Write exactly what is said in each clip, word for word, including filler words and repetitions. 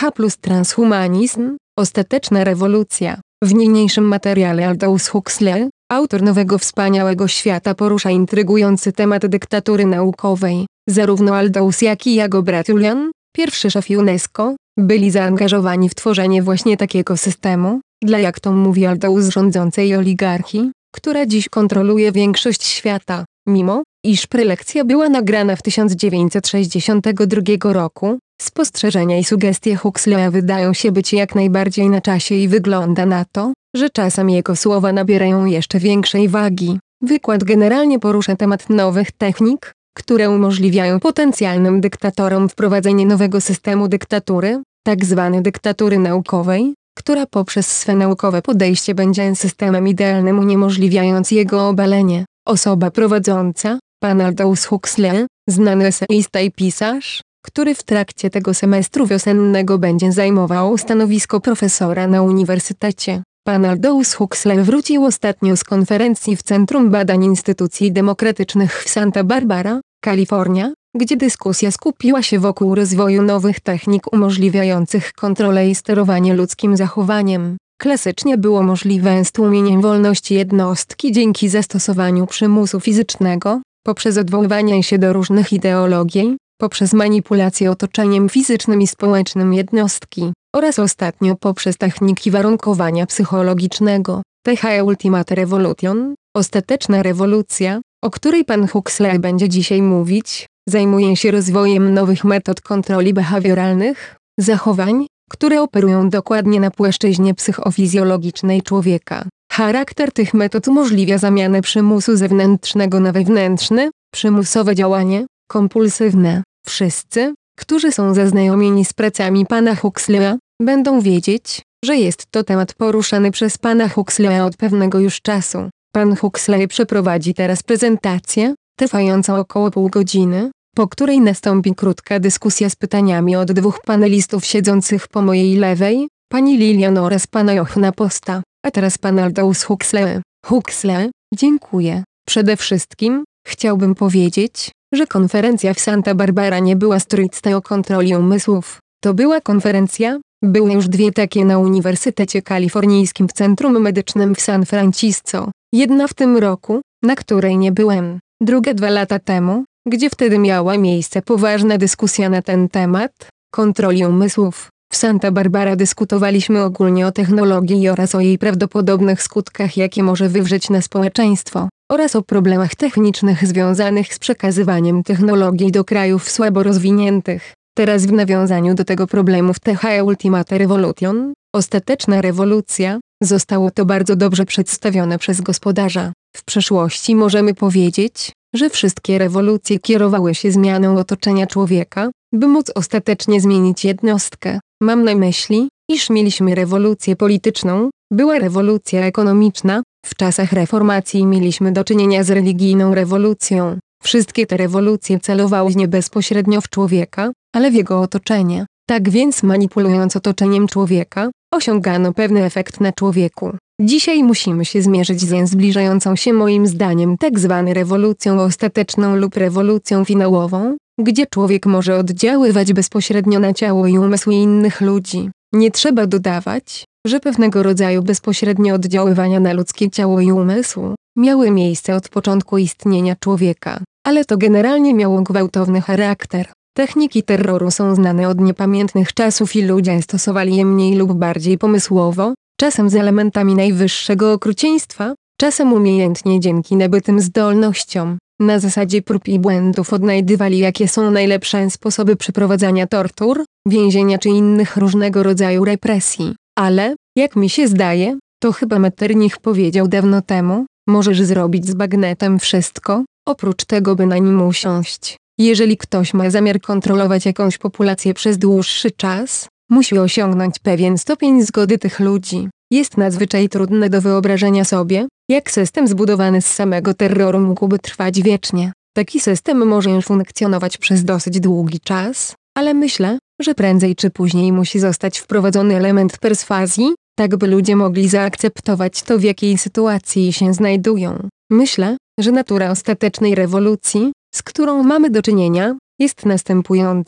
H plus transhumanizm, ostateczna rewolucja. W niniejszym materiale Aldous Huxley, autor Nowego Wspaniałego Świata, porusza intrygujący temat dyktatury naukowej. Zarówno Aldous, jak i jego brat Julian, pierwszy szef UNESCO, byli zaangażowani w tworzenie właśnie takiego systemu, dla, jak to mówi Aldous, rządzącej oligarchii, która dziś kontroluje większość świata. Mimo, iż prelekcja była nagrana w tysiąc dziewięćset sześćdziesiątym drugim roku, spostrzeżenia i sugestie Huxleya wydają się być jak najbardziej na czasie i wygląda na to, że czasem jego słowa nabierają jeszcze większej wagi. Wykład generalnie porusza temat nowych technik, które umożliwiają potencjalnym dyktatorom wprowadzenie nowego systemu dyktatury, tak zwanej dyktatury naukowej, która poprzez swe naukowe podejście będzie systemem idealnym uniemożliwiając jego obalenie. Osoba prowadząca, pan Aldous Huxley, znany eseista i pisarz, który w trakcie tego semestru wiosennego będzie zajmował stanowisko profesora na uniwersytecie. Pan Aldous Huxley wrócił ostatnio z konferencji w Centrum Badań Instytucji Demokratycznych w Santa Barbara, Kalifornia, gdzie dyskusja skupiła się wokół rozwoju nowych technik umożliwiających kontrolę i sterowanie ludzkim zachowaniem. Klasycznie było możliwe stłumienie wolności jednostki dzięki zastosowaniu przymusu fizycznego, poprzez odwoływanie się do różnych ideologii, poprzez manipulację otoczeniem fizycznym i społecznym jednostki, oraz ostatnio poprzez techniki warunkowania psychologicznego. T H E Ultimate Revolution, ostateczna rewolucja, o której pan Huxley będzie dzisiaj mówić, zajmuje się rozwojem nowych metod kontroli behawioralnych, zachowań, które operują dokładnie na płaszczyźnie psychofizjologicznej człowieka. Charakter tych metod umożliwia zamianę przymusu zewnętrznego na wewnętrzny, przymusowe działanie, kompulsywne. Wszyscy, którzy są zaznajomieni z pracami pana Huxleya, będą wiedzieć, że jest to temat poruszany przez pana Huxleya od pewnego już czasu. Pan Huxley przeprowadzi teraz prezentację, trwającą około pół godziny, po której nastąpi krótka dyskusja z pytaniami od dwóch panelistów siedzących po mojej lewej, pani Lilian oraz pana Johanna Posta. A teraz pan Aldous Huxley. Huxley, dziękuję. Przede wszystkim, chciałbym powiedzieć, że konferencja w Santa Barbara nie była stricte o kontroli umysłów. To była konferencja, były już dwie takie na Uniwersytecie Kalifornijskim w Centrum Medycznym w San Francisco. Jedna w tym roku, na której nie byłem. Druga dwa lata temu, gdzie wtedy miała miejsce poważna dyskusja na ten temat, kontroli umysłów. W Santa Barbara dyskutowaliśmy ogólnie o technologii oraz o jej prawdopodobnych skutkach, jakie może wywrzeć na społeczeństwo, oraz o problemach technicznych związanych z przekazywaniem technologii do krajów słabo rozwiniętych. Teraz w nawiązaniu do tego problemu w T H E Ultimate Revolution, ostateczna rewolucja, zostało to bardzo dobrze przedstawione przez gospodarza. W przeszłości możemy powiedzieć, że wszystkie rewolucje kierowały się zmianą otoczenia człowieka, by móc ostatecznie zmienić jednostkę. Mam na myśli, iż mieliśmy rewolucję polityczną, była rewolucja ekonomiczna, w czasach reformacji mieliśmy do czynienia z religijną rewolucją. Wszystkie te rewolucje celowały nie bezpośrednio w człowieka, ale w jego otoczenie. Tak więc manipulując otoczeniem człowieka, osiągano pewny efekt na człowieku. Dzisiaj musimy się zmierzyć z zbliżającą się moim zdaniem tak zwaną rewolucją ostateczną lub rewolucją finałową, gdzie człowiek może oddziaływać bezpośrednio na ciało i umysł innych ludzi. Nie trzeba dodawać, że pewnego rodzaju bezpośrednie oddziaływania na ludzkie ciało i umysł miały miejsce od początku istnienia człowieka, ale to generalnie miało gwałtowny charakter. Techniki terroru są znane od niepamiętnych czasów i ludzie stosowali je mniej lub bardziej pomysłowo, czasem z elementami najwyższego okrucieństwa, czasem umiejętnie dzięki nabytym zdolnościom. Na zasadzie prób i błędów odnajdywali, jakie są najlepsze sposoby przeprowadzania tortur, więzienia czy innych różnego rodzaju represji. Ale, jak mi się zdaje, to chyba Metternich powiedział dawno temu, możesz zrobić z bagnetem wszystko, oprócz tego by na nim usiąść. Jeżeli ktoś ma zamiar kontrolować jakąś populację przez dłuższy czas, musi osiągnąć pewien stopień zgody tych ludzi. Jest nadzwyczaj trudne do wyobrażenia sobie, jak system zbudowany z samego terroru mógłby trwać wiecznie. Taki system może funkcjonować przez dosyć długi czas, ale myślę, że prędzej czy później musi zostać wprowadzony element perswazji, tak by ludzie mogli zaakceptować to, w jakiej sytuacji się znajdują. Myślę, że natura ostatecznej rewolucji, z którą mamy do czynienia, jest następująca.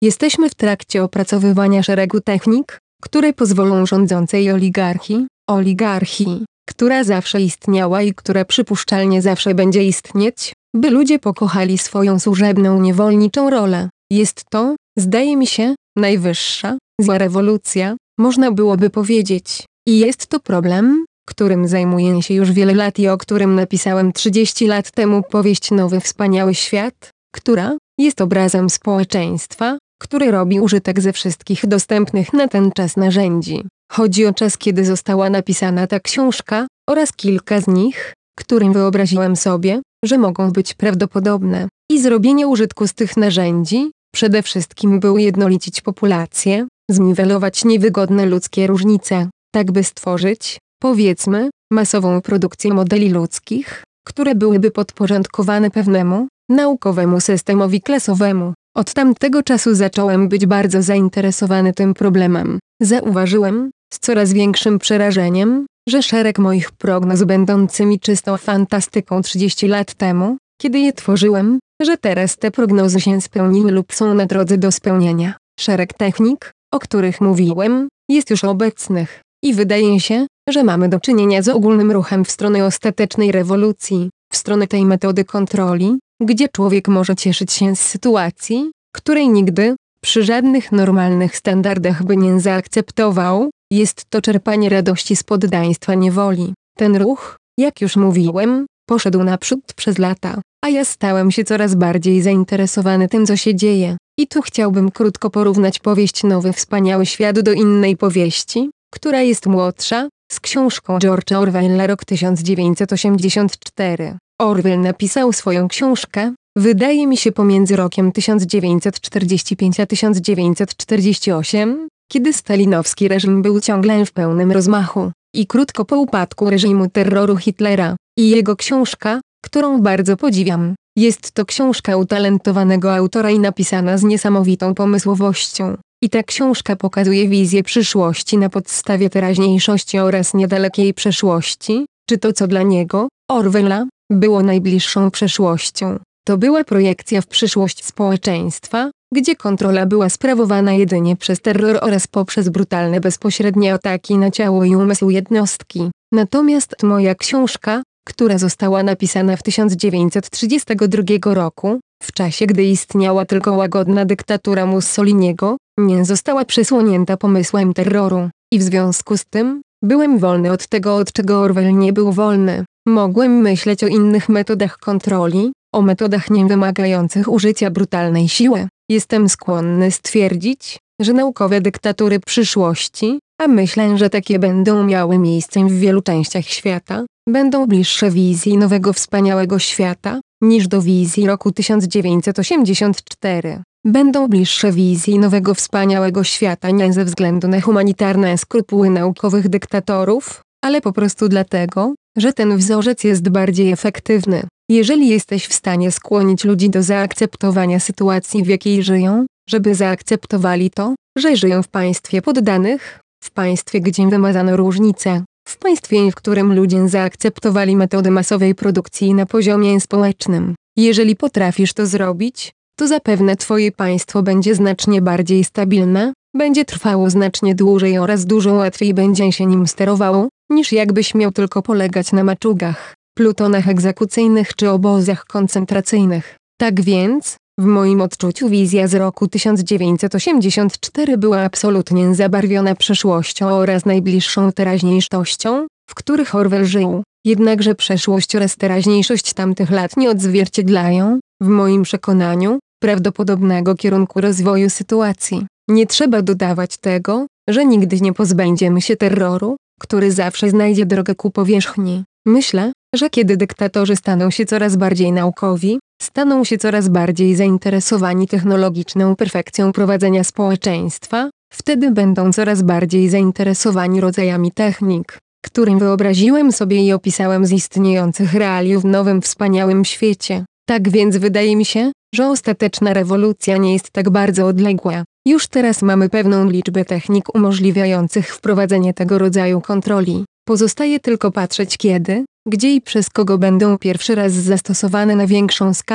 Jesteśmy w trakcie opracowywania szeregu technik, które pozwolą rządzącej oligarchii, oligarchii, która zawsze istniała i która przypuszczalnie zawsze będzie istnieć, by ludzie pokochali swoją służebną niewolniczą rolę. Jest to, zdaje mi się, najwyższa, zła rewolucja, można byłoby powiedzieć. I jest to problem, którym zajmuję się już wiele lat i o którym napisałem trzydzieści lat temu powieść Nowy Wspaniały Świat, która jest obrazem społeczeństwa, który robi użytek ze wszystkich dostępnych na ten czas narzędzi. Chodzi o czas, kiedy została napisana ta książka, oraz kilka z nich, którym wyobraziłem sobie, że mogą być prawdopodobne. I zrobienie użytku z tych narzędzi, przede wszystkim by ujednolicić populację, zniwelować niewygodne ludzkie różnice, tak by stworzyć, powiedzmy, masową produkcję modeli ludzkich, które byłyby podporządkowane pewnemu, naukowemu systemowi klasowemu. Od tamtego czasu zacząłem być bardzo zainteresowany tym problemem. Zauważyłem, z coraz większym przerażeniem, że szereg moich prognoz będącymi czystą fantastyką trzydzieści lat temu, kiedy je tworzyłem, że teraz te prognozy się spełniły lub są na drodze do spełnienia. Szereg technik, o których mówiłem, jest już obecnych. I wydaje się, że mamy do czynienia z ogólnym ruchem w stronę ostatecznej rewolucji, w stronę tej metody kontroli, gdzie człowiek może cieszyć się z sytuacji, której nigdy, przy żadnych normalnych standardach by nie zaakceptował. Jest to czerpanie radości z poddaństwa niewoli. Ten ruch, jak już mówiłem, poszedł naprzód przez lata, a ja stałem się coraz bardziej zainteresowany tym, co się dzieje. I tu chciałbym krótko porównać powieść Nowy Wspaniały Świat do innej powieści, która jest młodsza, z książką George'a Orwella Rok tysiąc dziewięćset osiemdziesiąt cztery. Orwell napisał swoją książkę, wydaje mi się pomiędzy rokiem tysiąc dziewięćset czterdziesty piąty a tysiąc dziewięćset czterdziesty ósmy, kiedy stalinowski reżim był ciągle w pełnym rozmachu, i krótko po upadku reżimu terroru Hitlera. I jego książka, którą bardzo podziwiam, jest to książka utalentowanego autora i napisana z niesamowitą pomysłowością. I ta książka pokazuje wizję przyszłości na podstawie teraźniejszości oraz niedalekiej przeszłości, czy to co dla niego, Orwella, było najbliższą przeszłością. To była projekcja w przyszłość społeczeństwa, gdzie kontrola była sprawowana jedynie przez terror oraz poprzez brutalne bezpośrednie ataki na ciało i umysł jednostki. Natomiast moja książka, która została napisana w tysiąc dziewięćset trzydziestym drugim roku, w czasie gdy istniała tylko łagodna dyktatura Mussoliniego, nie została przysłonięta pomysłem terroru. I w związku z tym, byłem wolny od tego, od czego Orwell nie był wolny. Mogłem myśleć o innych metodach kontroli, o metodach nie wymagających użycia brutalnej siły. Jestem skłonny stwierdzić, że naukowe dyktatury przyszłości, a myślę, że takie będą miały miejsce w wielu częściach świata, będą bliższe wizji nowego wspaniałego świata, niż do wizji roku tysiąc dziewięćset osiemdziesiąt cztery. Będą bliższe wizji nowego wspaniałego świata nie ze względu na humanitarne skrupuły naukowych dyktatorów, ale po prostu dlatego, że ten wzorzec jest bardziej efektywny. Jeżeli jesteś w stanie skłonić ludzi do zaakceptowania sytuacji, w jakiej żyją, żeby zaakceptowali to, że żyją w państwie poddanych, w państwie, gdzie wymazano różnice, w państwie, w którym ludzie zaakceptowali metody masowej produkcji na poziomie społecznym. Jeżeli potrafisz to zrobić, to zapewne twoje państwo będzie znacznie bardziej stabilne, będzie trwało znacznie dłużej oraz dużo łatwiej będzie się nim sterowało, niż jakbyś miał tylko polegać na maczugach, plutonach egzekucyjnych czy obozach koncentracyjnych. Tak więc, w moim odczuciu wizja z roku tysiąc dziewięćset osiemdziesiąt cztery była absolutnie zabarwiona przeszłością oraz najbliższą teraźniejszością, w których Orwell żył. Jednakże przeszłość oraz teraźniejszość tamtych lat nie odzwierciedlają, w moim przekonaniu, prawdopodobnego kierunku rozwoju sytuacji. Nie trzeba dodawać tego, że nigdy nie pozbędziemy się terroru, który zawsze znajdzie drogę ku powierzchni. Myślę, że kiedy dyktatorzy staną się coraz bardziej naukowi, staną się coraz bardziej zainteresowani technologiczną perfekcją prowadzenia społeczeństwa, wtedy będą coraz bardziej zainteresowani rodzajami technik, którym wyobraziłem sobie i opisałem z istniejących realiów w nowym wspaniałym świecie. Tak więc wydaje mi się, że ostateczna rewolucja nie jest tak bardzo odległa. Już teraz mamy pewną liczbę technik umożliwiających wprowadzenie tego rodzaju kontroli. Pozostaje tylko patrzeć kiedy, gdzie i przez kogo będą pierwszy raz zastosowane na większą skalę.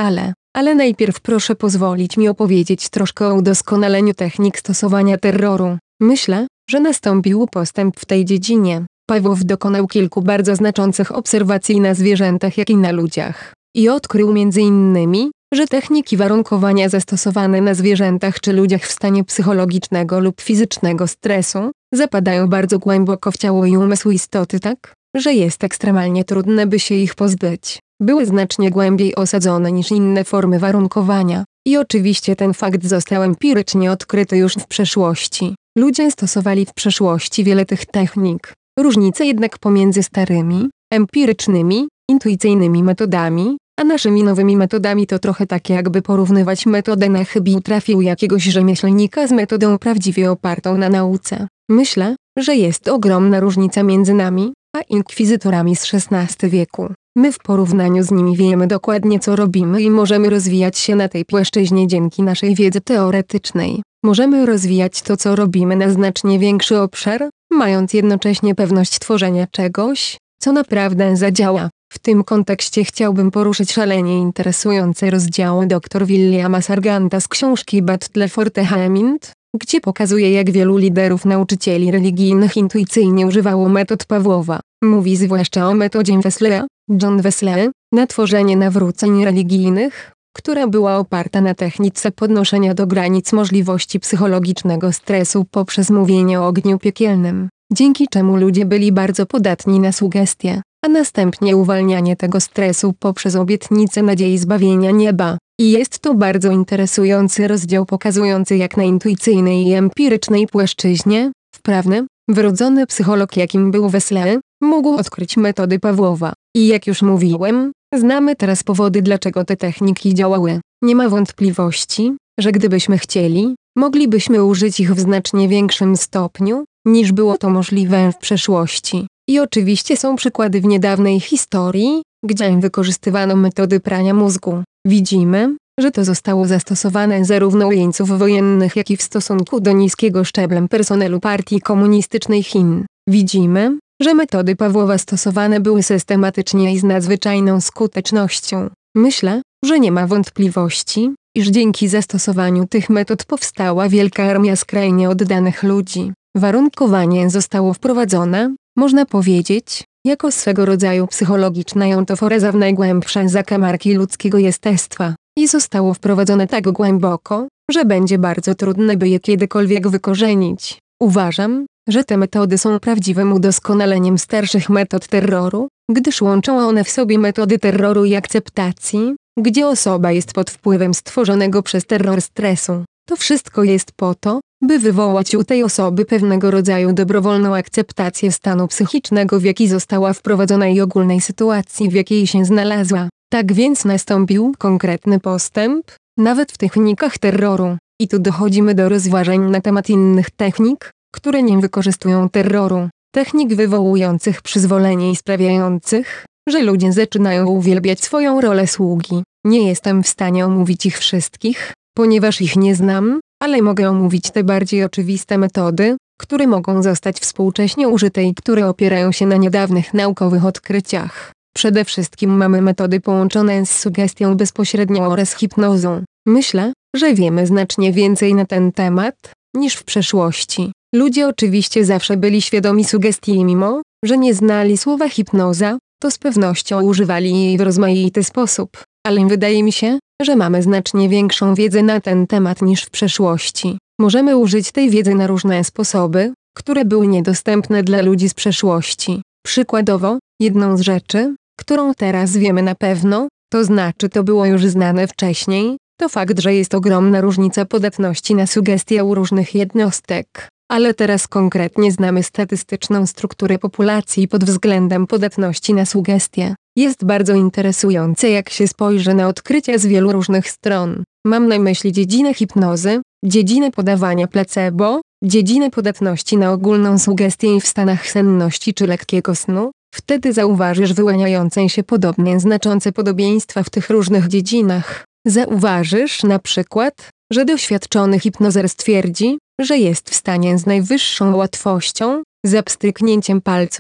ale najpierw proszę pozwolić mi opowiedzieć troszkę o udoskonaleniu technik stosowania terroru. Myślę, że nastąpił postęp w tej dziedzinie. Pawłow dokonał kilku bardzo znaczących obserwacji na zwierzętach jak i na ludziach. I odkrył między innymi, że techniki warunkowania zastosowane na zwierzętach czy ludziach w stanie psychologicznego lub fizycznego stresu zapadają bardzo głęboko w ciało i umysł istoty tak, że jest ekstremalnie trudne by się ich pozbyć. Były znacznie głębiej osadzone niż inne formy warunkowania. I oczywiście ten fakt został empirycznie odkryty już w przeszłości. Ludzie stosowali w przeszłości wiele tych technik. Różnice jednak pomiędzy starymi, empirycznymi, intuicyjnymi metodami, a naszymi nowymi metodami to trochę tak jakby porównywać metodę na chybił trafił jakiegoś rzemieślnika z metodą prawdziwie opartą na nauce. Myślę, że jest ogromna różnica między nami, a inkwizytorami z szesnastego wieku. My w porównaniu z nimi wiemy dokładnie co robimy i możemy rozwijać się na tej płaszczyźnie dzięki naszej wiedzy teoretycznej. Możemy rozwijać to co robimy na znacznie większy obszar, mając jednocześnie pewność tworzenia czegoś, co naprawdę zadziała. W tym kontekście chciałbym poruszyć szalenie interesujące rozdziały dr Williama Sarganta z książki Battle for the Mind, gdzie pokazuje jak wielu liderów nauczycieli religijnych intuicyjnie używało metod Pawłowa. Mówi zwłaszcza o metodzie Wesleya, John Wesley, na tworzenie nawróceń religijnych, która była oparta na technice podnoszenia do granic możliwości psychologicznego stresu poprzez mówienie o ogniu piekielnym, dzięki czemu ludzie byli bardzo podatni na sugestie, a następnie uwalnianie tego stresu poprzez obietnicę nadziei zbawienia nieba. I jest to bardzo interesujący rozdział pokazujący jak na intuicyjnej i empirycznej płaszczyźnie, wprawny, wrodzony psycholog jakim był Wesley, mógł odkryć metody Pawłowa. I jak już mówiłem, znamy teraz powody dlaczego te techniki działały. Nie ma wątpliwości, że gdybyśmy chcieli, moglibyśmy użyć ich w znacznie większym stopniu, niż było to możliwe w przeszłości. I oczywiście są przykłady w niedawnej historii, gdzie wykorzystywano metody prania mózgu. Widzimy, że to zostało zastosowane zarówno u jeńców wojennych jak i w stosunku do niskiego szczebla personelu Partii Komunistycznej Chin. Widzimy, że metody Pawłowa stosowane były systematycznie i z nadzwyczajną skutecznością. Myślę, że nie ma wątpliwości, iż dzięki zastosowaniu tych metod powstała wielka armia skrajnie oddanych ludzi. Warunkowanie zostało wprowadzone, można powiedzieć, jako swego rodzaju psychologiczna jątoforeza w najgłębsze zakamarki ludzkiego jestestwa i zostało wprowadzone tak głęboko, że będzie bardzo trudne by je kiedykolwiek wykorzenić. Uważam, że te metody są prawdziwym udoskonaleniem starszych metod terroru, gdyż łączą one w sobie metody terroru i akceptacji, gdzie osoba jest pod wpływem stworzonego przez terror stresu. To wszystko jest po to, by wywołać u tej osoby pewnego rodzaju dobrowolną akceptację stanu psychicznego w jaki została wprowadzona i ogólnej sytuacji w jakiej się znalazła. Tak więc nastąpił konkretny postęp, nawet w technikach terroru. I tu dochodzimy do rozważań na temat innych technik, które nie wykorzystują terroru. Technik wywołujących przyzwolenie i sprawiających, że ludzie zaczynają uwielbiać swoją rolę sługi. Nie jestem w stanie omówić ich wszystkich, ponieważ ich nie znam, ale mogę omówić te bardziej oczywiste metody, które mogą zostać współcześnie użyte i które opierają się na niedawnych naukowych odkryciach. Przede wszystkim mamy metody połączone z sugestią bezpośrednią oraz hipnozą. Myślę, że wiemy znacznie więcej na ten temat, niż w przeszłości. Ludzie oczywiście zawsze byli świadomi sugestii i mimo, że nie znali słowa hipnoza, to z pewnością używali jej w rozmaity sposób. Ale wydaje mi się, że mamy znacznie większą wiedzę na ten temat niż w przeszłości. Możemy użyć tej wiedzy na różne sposoby, które były niedostępne dla ludzi z przeszłości. Przykładowo, jedną z rzeczy, którą teraz wiemy na pewno, to znaczy to było już znane wcześniej, to fakt, że jest ogromna różnica podatności na sugestie u różnych jednostek. Ale teraz konkretnie znamy statystyczną strukturę populacji pod względem podatności na sugestie. Jest bardzo interesujące jak się spojrzy na odkrycia z wielu różnych stron. Mam na myśli dziedzinę hipnozy, dziedzinę podawania placebo, dziedzinę podatności na ogólną sugestię i w stanach senności czy lekkiego snu. Wtedy zauważysz wyłaniające się podobnie znaczące podobieństwa w tych różnych dziedzinach. Zauważysz na przykład, że doświadczony hipnozer stwierdzi, że jest w stanie z najwyższą łatwością, za pstryknięciem palców,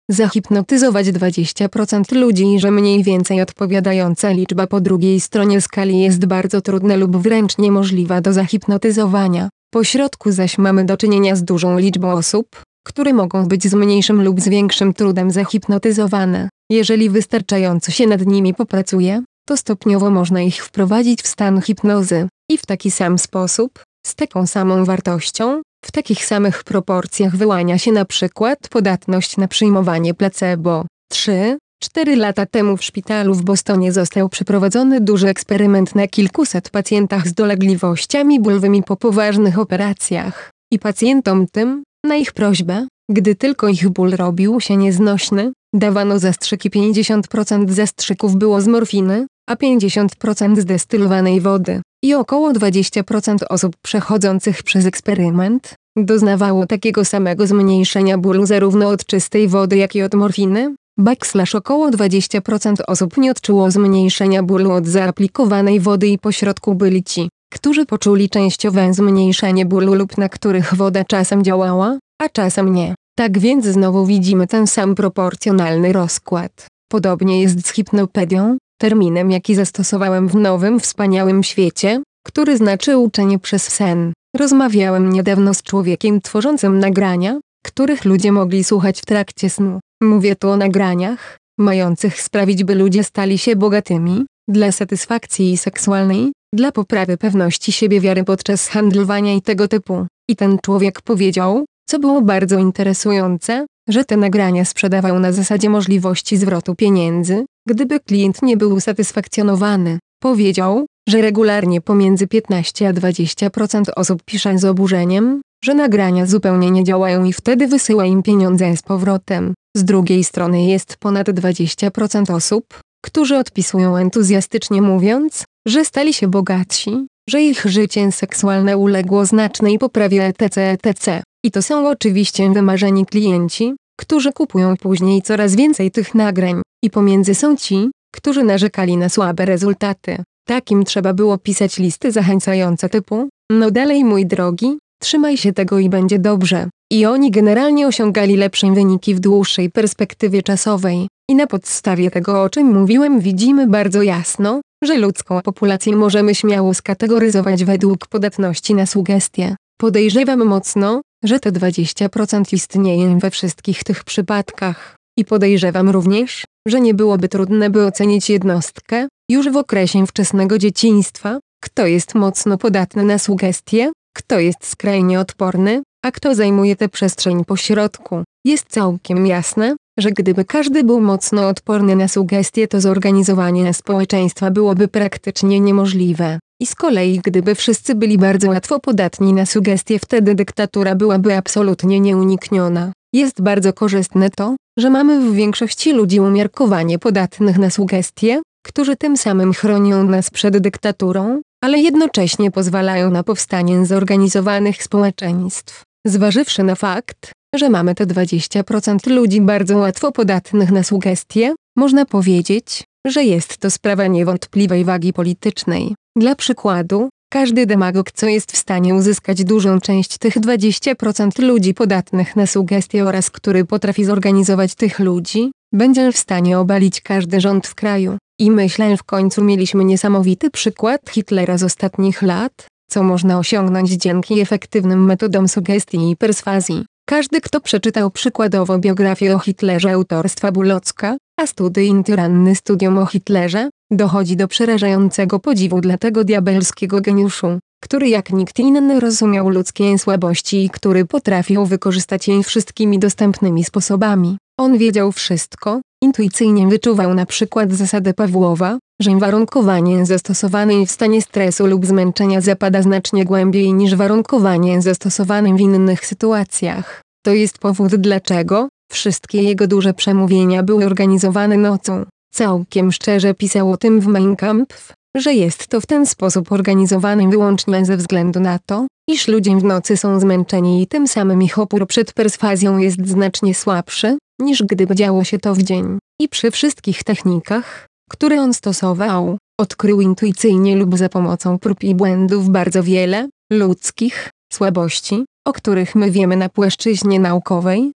zahipnotyzować dwadzieścia procent ludzi i że mniej więcej odpowiadająca liczba po drugiej stronie skali jest bardzo trudna lub wręcz niemożliwa do zahipnotyzowania. Po środku zaś mamy do czynienia z dużą liczbą osób, które mogą być z mniejszym lub z większym trudem zahipnotyzowane. Jeżeli wystarczająco się nad nimi popracuje, to stopniowo można ich wprowadzić w stan hipnozy i w taki sam sposób, z taką samą wartością, w takich samych proporcjach wyłania się na przykład podatność na przyjmowanie placebo. trzy cztery lata temu w szpitalu w Bostonie został przeprowadzony duży eksperyment na kilkuset pacjentach z dolegliwościami bólowymi po poważnych operacjach. I pacjentom tym, na ich prośbę, gdy tylko ich ból robił się nieznośny, dawano zastrzyki. pięćdziesiąt procent zastrzyków było z morfiny, a pięćdziesiąt procent z destylowanej wody. I około dwadzieścia procent osób przechodzących przez eksperyment doznawało takiego samego zmniejszenia bólu zarówno od czystej wody, jak i od morfiny. Backslash około dwadzieścia procent osób nie odczuło zmniejszenia bólu od zaaplikowanej wody i pośrodku byli ci, którzy poczuli częściowe zmniejszenie bólu lub na których woda czasem działała, a czasem nie. Tak więc znowu widzimy ten sam proporcjonalny rozkład. Podobnie jest z hipnopedią, terminem jaki zastosowałem w nowym wspaniałym świecie, który znaczy uczenie przez sen. Rozmawiałem niedawno z człowiekiem tworzącym nagrania, których ludzie mogli słuchać w trakcie snu. Mówię tu o nagraniach, mających sprawić, by ludzie stali się bogatymi, dla satysfakcji seksualnej, dla poprawy pewności siebie, wiary podczas handlowania i tego typu. I ten człowiek powiedział, co było bardzo interesujące, że te nagrania sprzedawał na zasadzie możliwości zwrotu pieniędzy, gdyby klient nie był usatysfakcjonowany. Powiedział, że regularnie pomiędzy piętnaście a dwadzieścia procent osób pisze z oburzeniem, że nagrania zupełnie nie działają i wtedy wysyła im pieniądze z powrotem. Z drugiej strony jest ponad dwadzieścia procent osób, którzy odpisują entuzjastycznie mówiąc, że stali się bogatsi, że ich życie seksualne uległo znacznej poprawie etc etc. I to są oczywiście wymarzeni klienci, którzy kupują później coraz więcej tych nagrań. I pomiędzy są ci, którzy narzekali na słabe rezultaty. Takim trzeba było pisać listy zachęcające typu: no dalej mój drogi, trzymaj się tego i będzie dobrze. I oni generalnie osiągali lepsze wyniki w dłuższej perspektywie czasowej. I na podstawie tego, o czym mówiłem, widzimy bardzo jasno, że ludzką populację możemy śmiało skategoryzować według podatności na sugestie. Podejrzewam mocno, że te dwadzieścia procent istnieje we wszystkich tych przypadkach. I podejrzewam również, że nie byłoby trudne, by ocenić jednostkę, już w okresie wczesnego dzieciństwa, kto jest mocno podatny na sugestie, kto jest skrajnie odporny, a kto zajmuje tę przestrzeń pośrodku. Jest całkiem jasne, że gdyby każdy był mocno odporny na sugestie, to zorganizowanie społeczeństwa byłoby praktycznie niemożliwe. I z kolei gdyby wszyscy byli bardzo łatwo podatni na sugestie, wtedy dyktatura byłaby absolutnie nieunikniona. Jest bardzo korzystne to, że mamy w większości ludzi umiarkowanie podatnych na sugestie, którzy tym samym chronią nas przed dyktaturą, ale jednocześnie pozwalają na powstanie zorganizowanych społeczeństw. Zważywszy na fakt, że mamy te dwadzieścia procent ludzi bardzo łatwo podatnych na sugestie, można powiedzieć, że jest to sprawa niewątpliwej wagi politycznej. Dla przykładu, każdy demagog, co jest w stanie uzyskać dużą część tych dwadzieścia procent ludzi podatnych na sugestie oraz który potrafi zorganizować tych ludzi, będzie w stanie obalić każdy rząd w kraju. I myślę, w końcu mieliśmy niesamowity przykład Hitlera z ostatnich lat, co można osiągnąć dzięki efektywnym metodom sugestii i perswazji. Każdy, kto przeczytał przykładowo biografię o Hitlerze autorstwa Bulocka, a studyjny tyranny studium o Hitlerze, dochodzi do przerażającego podziwu dla tego diabelskiego geniuszu, który jak nikt inny rozumiał ludzkie słabości i który potrafił wykorzystać je wszystkimi dostępnymi sposobami. On wiedział wszystko, intuicyjnie wyczuwał na przykład zasadę Pawłowa, że warunkowanie zastosowane w stanie stresu lub zmęczenia zapada znacznie głębiej niż warunkowanie zastosowane w innych sytuacjach. To jest powód, dlaczego wszystkie jego duże przemówienia były organizowane nocą. Całkiem szczerze pisał o tym w Mein Kampf, że jest to w ten sposób organizowane wyłącznie ze względu na to, iż ludzie w nocy są zmęczeni i tym samym ich opór przed perswazją jest znacznie słabszy, niż gdyby działo się to w dzień. I przy wszystkich technikach, które on stosował, odkrył intuicyjnie lub za pomocą prób i błędów bardzo wiele ludzkich słabości, o których my wiemy na płaszczyźnie naukowej,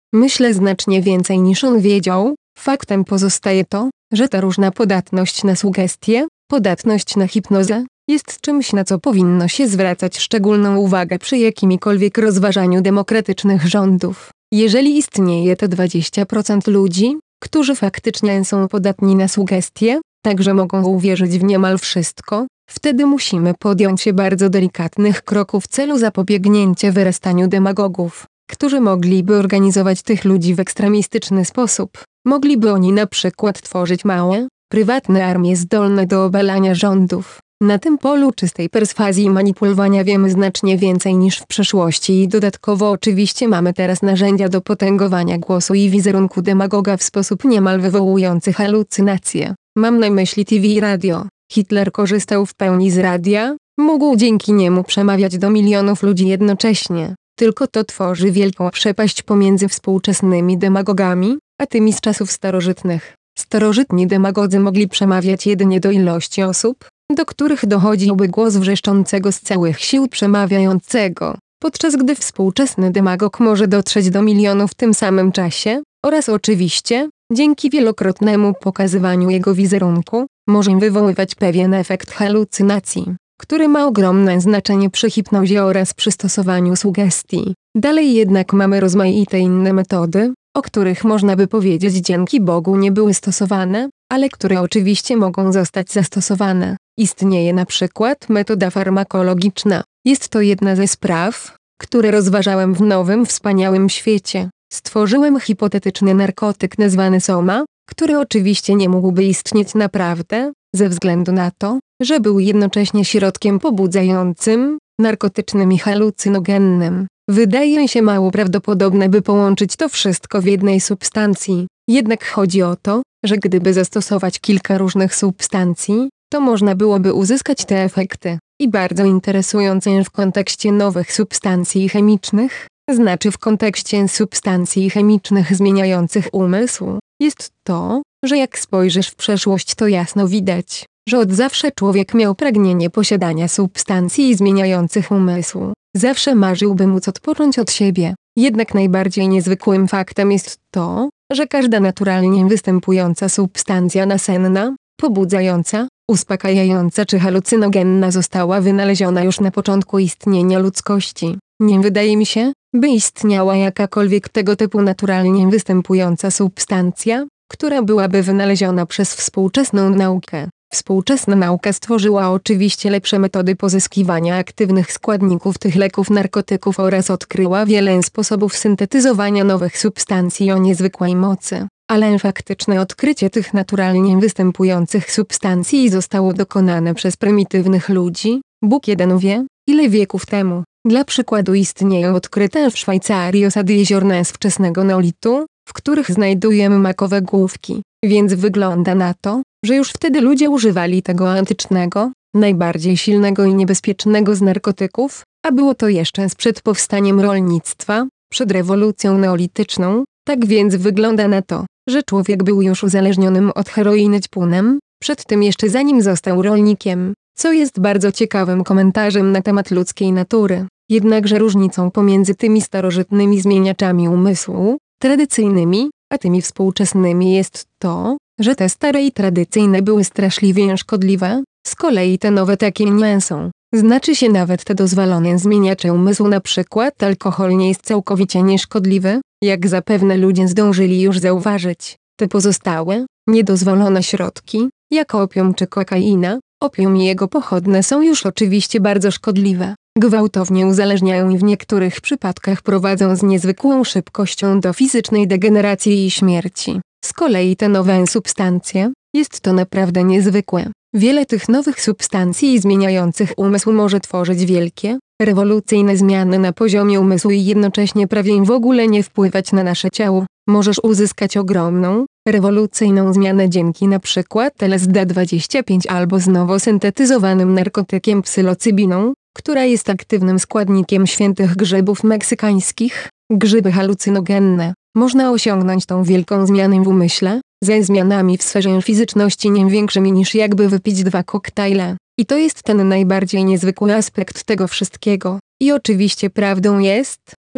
Myślę znacznie więcej niż on wiedział. Faktem pozostaje to, że ta różna podatność na sugestie, podatność na hipnozę, jest czymś, na co powinno się zwracać szczególną uwagę przy jakimkolwiek rozważaniu demokratycznych rządów. Jeżeli istnieje te dwadzieścia procent ludzi, którzy faktycznie są podatni na sugestie, także mogą uwierzyć w niemal wszystko, wtedy musimy podjąć się bardzo delikatnych kroków w celu zapobiegnięcia wyrastaniu demagogów, którzy mogliby organizować tych ludzi w ekstremistyczny sposób. Mogliby oni na przykład tworzyć małe, prywatne armie zdolne do obalania rządów. Na tym polu czystej perswazji i manipulowania wiemy znacznie więcej niż w przeszłości i dodatkowo oczywiście mamy teraz narzędzia do potęgowania głosu i wizerunku demagoga w sposób niemal wywołujący halucynacje. Mam na myśli T V i radio. Hitler korzystał w pełni z radia, mógł dzięki niemu przemawiać do milionów ludzi jednocześnie. Tylko to tworzy wielką przepaść pomiędzy współczesnymi demagogami, a tymi z czasów starożytnych. Starożytni demagodzy mogli przemawiać jedynie do ilości osób, do których dochodziłby głos wrzeszczącego z całych sił przemawiającego, podczas gdy współczesny demagog może dotrzeć do milionów w tym samym czasie, oraz oczywiście, dzięki wielokrotnemu pokazywaniu jego wizerunku, może wywoływać pewien efekt halucynacji, który ma ogromne znaczenie przy hipnozie oraz przy stosowaniu sugestii. Dalej jednak mamy rozmaite inne metody, o których można by powiedzieć dzięki Bogu nie były stosowane, ale które oczywiście mogą zostać zastosowane. Istnieje na przykład metoda farmakologiczna. Jest to jedna ze spraw, które rozważałem w nowym wspaniałym świecie. Stworzyłem hipotetyczny narkotyk nazwany Soma, który oczywiście nie mógłby istnieć naprawdę, ze względu na to, że był jednocześnie środkiem pobudzającym, narkotycznym i halucynogennym. Wydaje się mało prawdopodobne, by połączyć to wszystko w jednej substancji. Jednak chodzi o to, że gdyby zastosować kilka różnych substancji, to można byłoby uzyskać te efekty. I bardzo interesujące w kontekście nowych substancji chemicznych, znaczy w kontekście substancji chemicznych zmieniających umysł, jest to, że jak spojrzysz w przeszłość, to jasno widać, że od zawsze człowiek miał pragnienie posiadania substancji zmieniających umysł. Zawsze marzyłby móc odpocząć od siebie. Jednak najbardziej niezwykłym faktem jest to, że każda naturalnie występująca substancja nasenna, pobudzająca, uspokajająca czy halucynogenna została wynaleziona już na początku istnienia ludzkości. Nie wydaje mi się, by istniała jakakolwiek tego typu naturalnie występująca substancja, która byłaby wynaleziona przez współczesną naukę. Współczesna nauka stworzyła oczywiście lepsze metody pozyskiwania aktywnych składników tych leków, narkotyków oraz odkryła wiele sposobów syntetyzowania nowych substancji o niezwykłej mocy. Ale faktyczne odkrycie tych naturalnie występujących substancji zostało dokonane przez prymitywnych ludzi. Bóg jeden wie, ile wieków temu. Dla przykładu istnieją odkryte w Szwajcarii osady jeziorne z wczesnego neolitu, w których znajdujemy makowe główki. Więc wygląda na to, że już wtedy ludzie używali tego antycznego, najbardziej silnego i niebezpiecznego z narkotyków, a było to jeszcze przed powstaniem rolnictwa, przed rewolucją neolityczną. Tak więc wygląda na to, że człowiek był już uzależnionym od heroiny ćpunem, przed tym jeszcze zanim został rolnikiem, co jest bardzo ciekawym komentarzem na temat ludzkiej natury. Jednakże różnicą pomiędzy tymi starożytnymi zmieniaczami umysłu, tradycyjnymi, a tymi współczesnymi jest to, że te stare i tradycyjne były straszliwie szkodliwe, z kolei te nowe takie nie są. Znaczy się nawet te dozwolone zmieniacze umysłu, na przykład alkohol, nie jest całkowicie nieszkodliwy, jak zapewne ludzie zdążyli już zauważyć. Te pozostałe, niedozwolone środki, jak opium czy kokaina, opium i jego pochodne są już oczywiście bardzo szkodliwe. Gwałtownie uzależniają i w niektórych przypadkach prowadzą z niezwykłą szybkością do fizycznej degeneracji i śmierci. Z kolei te nowe substancje, jest to naprawdę niezwykłe. Wiele tych nowych substancji zmieniających umysł może tworzyć wielkie, rewolucyjne zmiany na poziomie umysłu i jednocześnie prawie w ogóle nie wpływać na nasze ciało. Możesz uzyskać ogromną, rewolucyjną zmianę dzięki na przykład L S D dwadzieścia pięć albo z nowo syntetyzowanym narkotykiem psylocybiną, która jest aktywnym składnikiem świętych grzybów meksykańskich, grzyby halucynogenne. Można osiągnąć tą wielką zmianę w umyśle, ze zmianami w sferze fizyczności nie większymi niż jakby wypić dwa koktajle. I to jest ten najbardziej niezwykły aspekt tego wszystkiego. I oczywiście prawdą jest,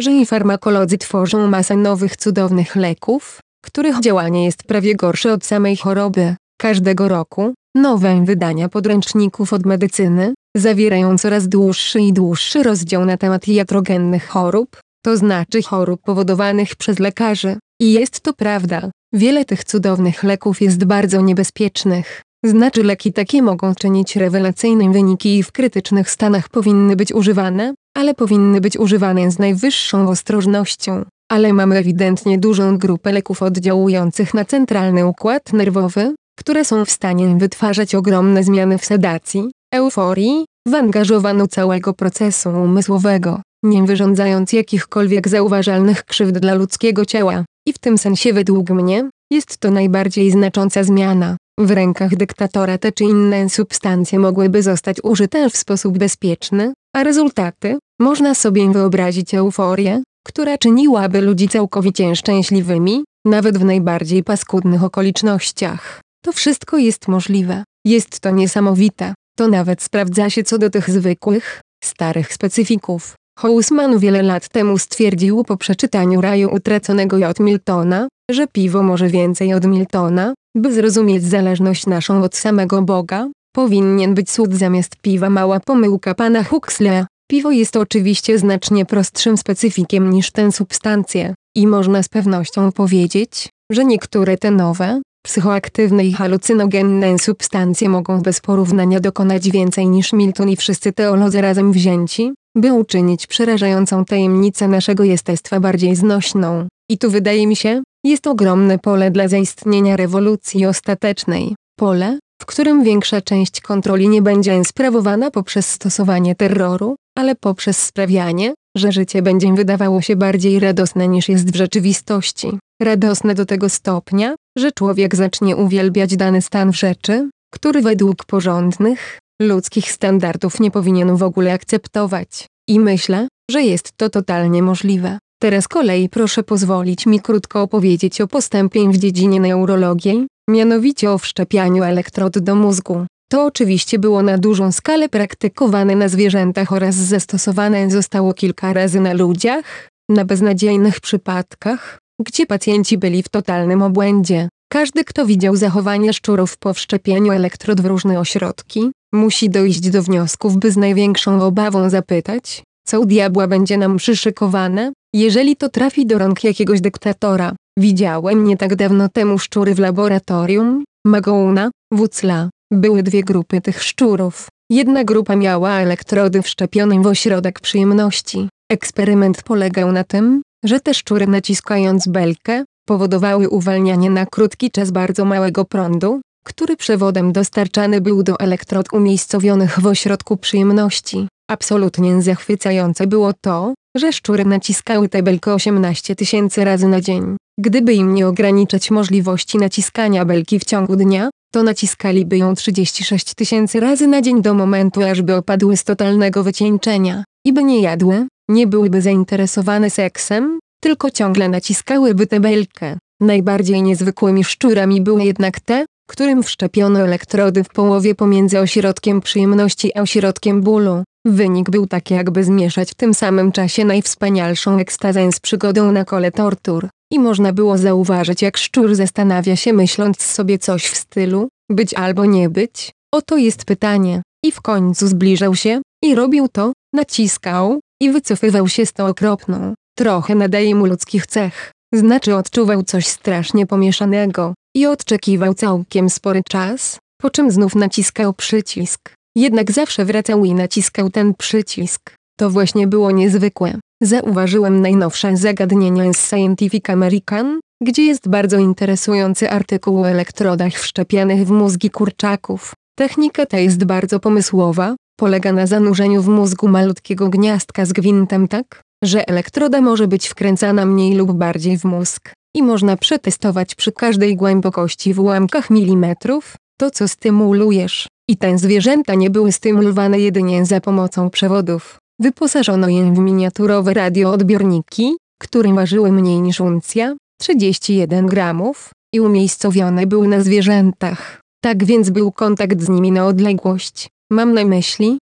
że i farmakolodzy tworzą masę nowych cudownych leków, których działanie jest prawie gorsze od samej choroby. Każdego roku nowe wydania podręczników od medycyny zawierają coraz dłuższy i dłuższy rozdział na temat iatrogennych chorób, to znaczy chorób powodowanych przez lekarzy. I jest to prawda. Wiele tych cudownych leków jest bardzo niebezpiecznych. Znaczy leki takie mogą czynić rewelacyjne wyniki i w krytycznych stanach powinny być używane, ale powinny być używane z najwyższą ostrożnością. Ale mamy ewidentnie dużą grupę leków oddziałujących na centralny układ nerwowy, które są w stanie wytwarzać ogromne zmiany w sedacji, euforii, w angażowaniu całego procesu umysłowego, nie wyrządzając jakichkolwiek zauważalnych krzywd dla ludzkiego ciała. I w tym sensie według mnie, jest to najbardziej znacząca zmiana. W rękach dyktatora te czy inne substancje mogłyby zostać użyte w sposób bezpieczny, a rezultaty, można sobie wyobrazić euforię, która czyniłaby ludzi całkowicie szczęśliwymi, nawet w najbardziej paskudnych okolicznościach. To wszystko jest możliwe. Jest to niesamowite. To nawet sprawdza się co do tych zwykłych, starych specyfików. Houseman wiele lat temu stwierdził po przeczytaniu Raju Utraconego J. Miltona, że piwo może więcej od Miltona. By zrozumieć zależność naszą od samego Boga, powinien być cud zamiast piwa. Mała pomyłka pana Huxleya. Piwo jest oczywiście znacznie prostszym specyfikiem niż te substancje. I można z pewnością powiedzieć, że niektóre te nowe, psychoaktywne i halucynogenne substancje mogą bez porównania dokonać więcej niż Milton i wszyscy teolodzy razem wzięci, by uczynić przerażającą tajemnicę naszego jestestwa bardziej znośną. I tu wydaje mi się, jest ogromne pole dla zaistnienia rewolucji ostatecznej. Pole, w którym większa część kontroli nie będzie sprawowana poprzez stosowanie terroru, ale poprzez sprawianie, że życie będzie wydawało się bardziej radosne niż jest w rzeczywistości. Radosne do tego stopnia, że człowiek zacznie uwielbiać dany stan rzeczy, który według porządnych, ludzkich standardów nie powinien w ogóle akceptować. I myślę, że jest to totalnie możliwe. Teraz kolei proszę pozwolić mi krótko opowiedzieć o postępie w dziedzinie neurologii, mianowicie o wszczepianiu elektrod do mózgu. To oczywiście było na dużą skalę praktykowane na zwierzętach oraz zastosowane zostało kilka razy na ludziach, na beznadziejnych przypadkach, gdzie pacjenci byli w totalnym obłędzie. Każdy, kto widział zachowanie szczurów po wszczepieniu elektrod w różne ośrodki, musi dojść do wniosków, by z największą obawą zapytać, co u diabła będzie nam przyszykowane, jeżeli to trafi do rąk jakiegoś dyktatora. Widziałem nie tak dawno temu szczury w laboratorium, Magouna, Wutzla. Były dwie grupy tych szczurów. Jedna grupa miała elektrody wszczepione w ośrodek przyjemności. Eksperyment polegał na tym, że te szczury naciskając belkę, powodowały uwalnianie na krótki czas bardzo małego prądu, który przewodem dostarczany był do elektrod umiejscowionych w ośrodku przyjemności. Absolutnie zachwycające było to, że szczury naciskały tę belkę osiemnaście tysięcy razy na dzień. Gdyby im nie ograniczać możliwości naciskania belki w ciągu dnia, to naciskaliby ją trzydzieści sześć tysięcy razy na dzień do momentu, aż by opadły z totalnego wycieńczenia. I by nie jadły, nie byłyby zainteresowane seksem, tylko ciągle naciskałyby tę belkę. Najbardziej niezwykłymi szczurami były jednak te, którym wszczepiono elektrody w połowie pomiędzy ośrodkiem przyjemności a ośrodkiem bólu. Wynik był taki, jakby zmieszać w tym samym czasie najwspanialszą ekstazę z przygodą na kole tortur. I można było zauważyć, jak szczur zastanawia się, myśląc sobie coś w stylu, być albo nie być, oto jest pytanie. I w końcu zbliżał się, i robił to, naciskał, i wycofywał się z tą okropną, trochę nadaje mu ludzkich cech, znaczy odczuwał coś strasznie pomieszanego, i odczekiwał całkiem spory czas, po czym znów naciskał przycisk. Jednak zawsze wracał i naciskał ten przycisk. To właśnie było niezwykłe. Zauważyłem najnowsze zagadnienie z Scientific American, gdzie jest bardzo interesujący artykuł o elektrodach wszczepianych w mózgi kurczaków. Technika ta jest bardzo pomysłowa, polega na zanurzeniu w mózgu malutkiego gniazdka z gwintem tak, że elektroda może być wkręcana mniej lub bardziej w mózg i można przetestować przy każdej głębokości w ułamkach milimetrów, to co stymulujesz. I te zwierzęta nie były stymulowane jedynie za pomocą przewodów. Wyposażono je w miniaturowe radioodbiorniki, które ważyły mniej niż uncja, trzydzieści jeden gramów, i umiejscowione były na zwierzętach. Tak więc był kontakt z nimi na odległość. Mam na myśli,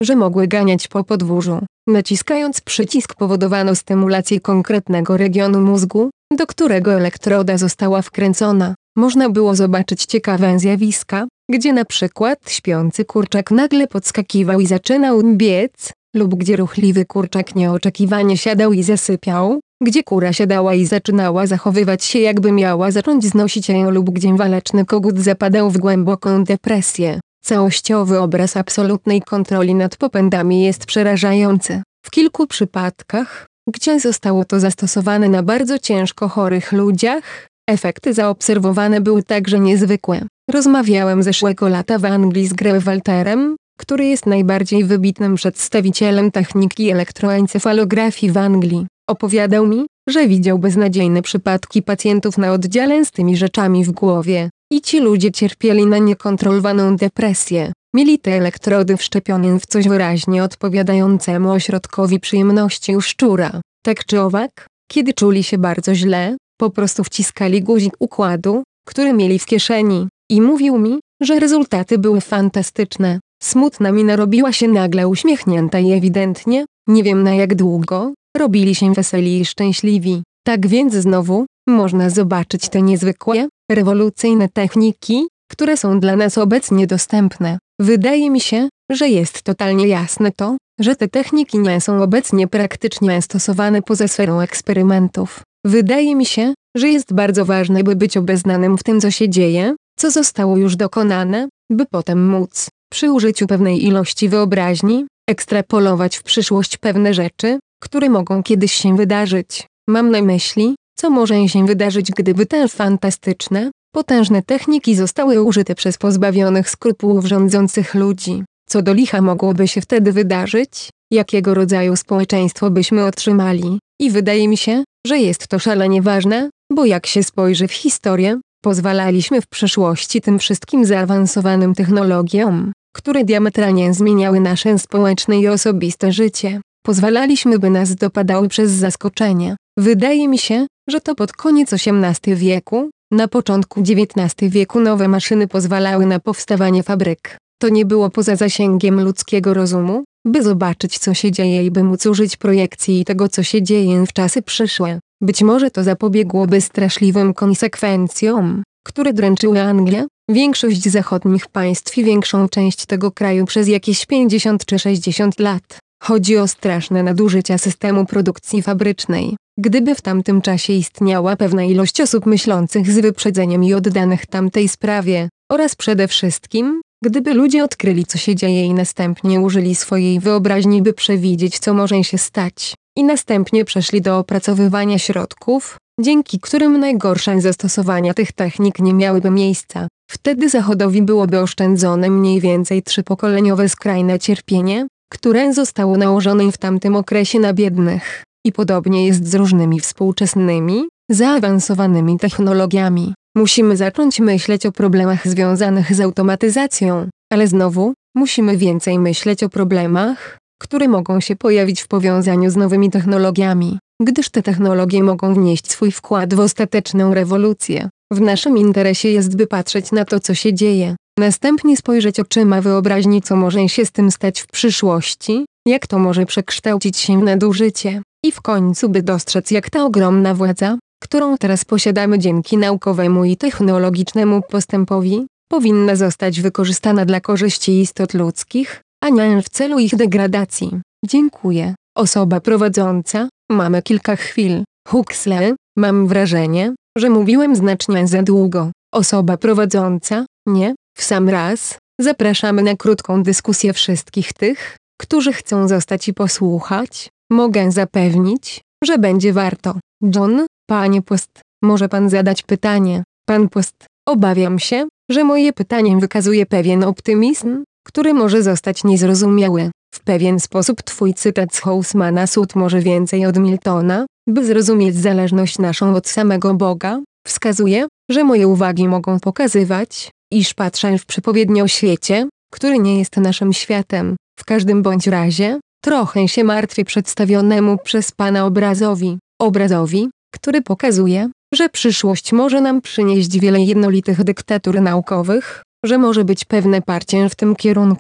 że mogły ganiać po podwórzu. Naciskając przycisk powodowano stymulację konkretnego regionu mózgu, do którego elektroda została wkręcona. Można było zobaczyć ciekawe zjawiska, gdzie na przykład śpiący kurczak nagle podskakiwał i zaczynał biec, lub gdzie ruchliwy kurczak nieoczekiwanie siadał i zasypiał, gdzie kura siadała i zaczynała zachowywać się, jakby miała zacząć znosić jajo, lub gdzie waleczny kogut zapadał w głęboką depresję. Całościowy obraz absolutnej kontroli nad popędami jest przerażający. W kilku przypadkach, gdzie zostało to zastosowane na bardzo ciężko chorych ludziach, efekty zaobserwowane były także niezwykłe. Rozmawiałem zeszłego lata w Anglii z Graham Walterem, który jest najbardziej wybitnym przedstawicielem techniki elektroencefalografii w Anglii. Opowiadał mi, że widział beznadziejne przypadki pacjentów na oddziale z tymi rzeczami w głowie. I ci ludzie cierpieli na niekontrolowaną depresję. Mieli te elektrody wszczepione w coś wyraźnie odpowiadającemu ośrodkowi przyjemności u szczura. Tak czy owak, kiedy czuli się bardzo źle, po prostu wciskali guzik układu, który mieli w kieszeni. I mówił mi, że rezultaty były fantastyczne. Smutna mina robiła się nagle uśmiechnięta i ewidentnie, nie wiem na jak długo, robili się weseli i szczęśliwi. Tak więc znowu, można zobaczyć te niezwykłe, rewolucyjne techniki, które są dla nas obecnie dostępne. Wydaje mi się, że jest totalnie jasne to, że te techniki nie są obecnie praktycznie stosowane poza sferą eksperymentów. Wydaje mi się, że jest bardzo ważne, by być obeznanym w tym, co się dzieje, co zostało już dokonane, by potem móc, przy użyciu pewnej ilości wyobraźni, ekstrapolować w przyszłość pewne rzeczy, które mogą kiedyś się wydarzyć. Mam na myśli, co może się wydarzyć, gdyby te fantastyczne, potężne techniki zostały użyte przez pozbawionych skrupułów rządzących ludzi. Co do licha mogłoby się wtedy wydarzyć, jakiego rodzaju społeczeństwo byśmy otrzymali. I wydaje mi się, że jest to szalenie ważne, bo jak się spojrzy w historię, pozwalaliśmy w przeszłości tym wszystkim zaawansowanym technologiom, które diametralnie zmieniały nasze społeczne i osobiste życie. Pozwalaliśmy, by nas dopadały przez zaskoczenie. Wydaje mi się, że to pod koniec osiemnastego wieku, na początku dziewiętnastego wieku nowe maszyny pozwalały na powstawanie fabryk. To nie było poza zasięgiem ludzkiego rozumu, by zobaczyć, co się dzieje i by móc użyć projekcji tego, co się dzieje w czasy przyszłe. Być może to zapobiegłoby straszliwym konsekwencjom, które dręczyły Anglię, większość zachodnich państw i większą część tego kraju przez jakieś pięćdziesiąt czy sześćdziesiąt lat. Chodzi o straszne nadużycia systemu produkcji fabrycznej. Gdyby w tamtym czasie istniała pewna ilość osób myślących z wyprzedzeniem i oddanych tamtej sprawie, oraz przede wszystkim, gdyby ludzie odkryli, co się dzieje i następnie użyli swojej wyobraźni, by przewidzieć, co może się stać, i następnie przeszli do opracowywania środków, dzięki którym najgorsze zastosowania tych technik nie miałyby miejsca, wtedy Zachodowi byłoby oszczędzone mniej więcej trzypokoleniowe skrajne cierpienie, które zostało nałożone w tamtym okresie na biednych. I podobnie jest z różnymi współczesnymi, zaawansowanymi technologiami. Musimy zacząć myśleć o problemach związanych z automatyzacją, ale znowu, musimy więcej myśleć o problemach, które mogą się pojawić w powiązaniu z nowymi technologiami, gdyż te technologie mogą wnieść swój wkład w ostateczną rewolucję. W naszym interesie jest, by patrzeć na to, co się dzieje, następnie spojrzeć oczyma wyobraźni, co może się z tym stać w przyszłości, jak to może przekształcić się w nadużycie, i w końcu by dostrzec, jak ta ogromna władza, którą teraz posiadamy dzięki naukowemu i technologicznemu postępowi, powinna zostać wykorzystana dla korzyści istot ludzkich, a nie w celu ich degradacji. Dziękuję. Osoba prowadząca, mamy kilka chwil. Huxley, mam wrażenie, że mówiłem znacznie za długo. Osoba prowadząca, nie, w sam raz. Zapraszamy na krótką dyskusję wszystkich tych, którzy chcą zostać i posłuchać. Mogę zapewnić, że będzie warto. John, panie Post, może pan zadać pytanie. Pan Post, obawiam się, że moje pytanie wykazuje pewien optymizm, który może zostać niezrozumiały. W pewien sposób twój cytat z Hausmana Sud może więcej od Miltona, by zrozumieć zależność naszą od samego Boga, wskazuje, że moje uwagi mogą pokazywać, iż patrzę w przepowiednię o świecie, który nie jest naszym światem. W każdym bądź razie, trochę się martwię przedstawionemu przez Pana obrazowi. Obrazowi, który pokazuje, że przyszłość może nam przynieść wiele jednolitych dyktatur naukowych, że może być pewne parcie w tym kierunku.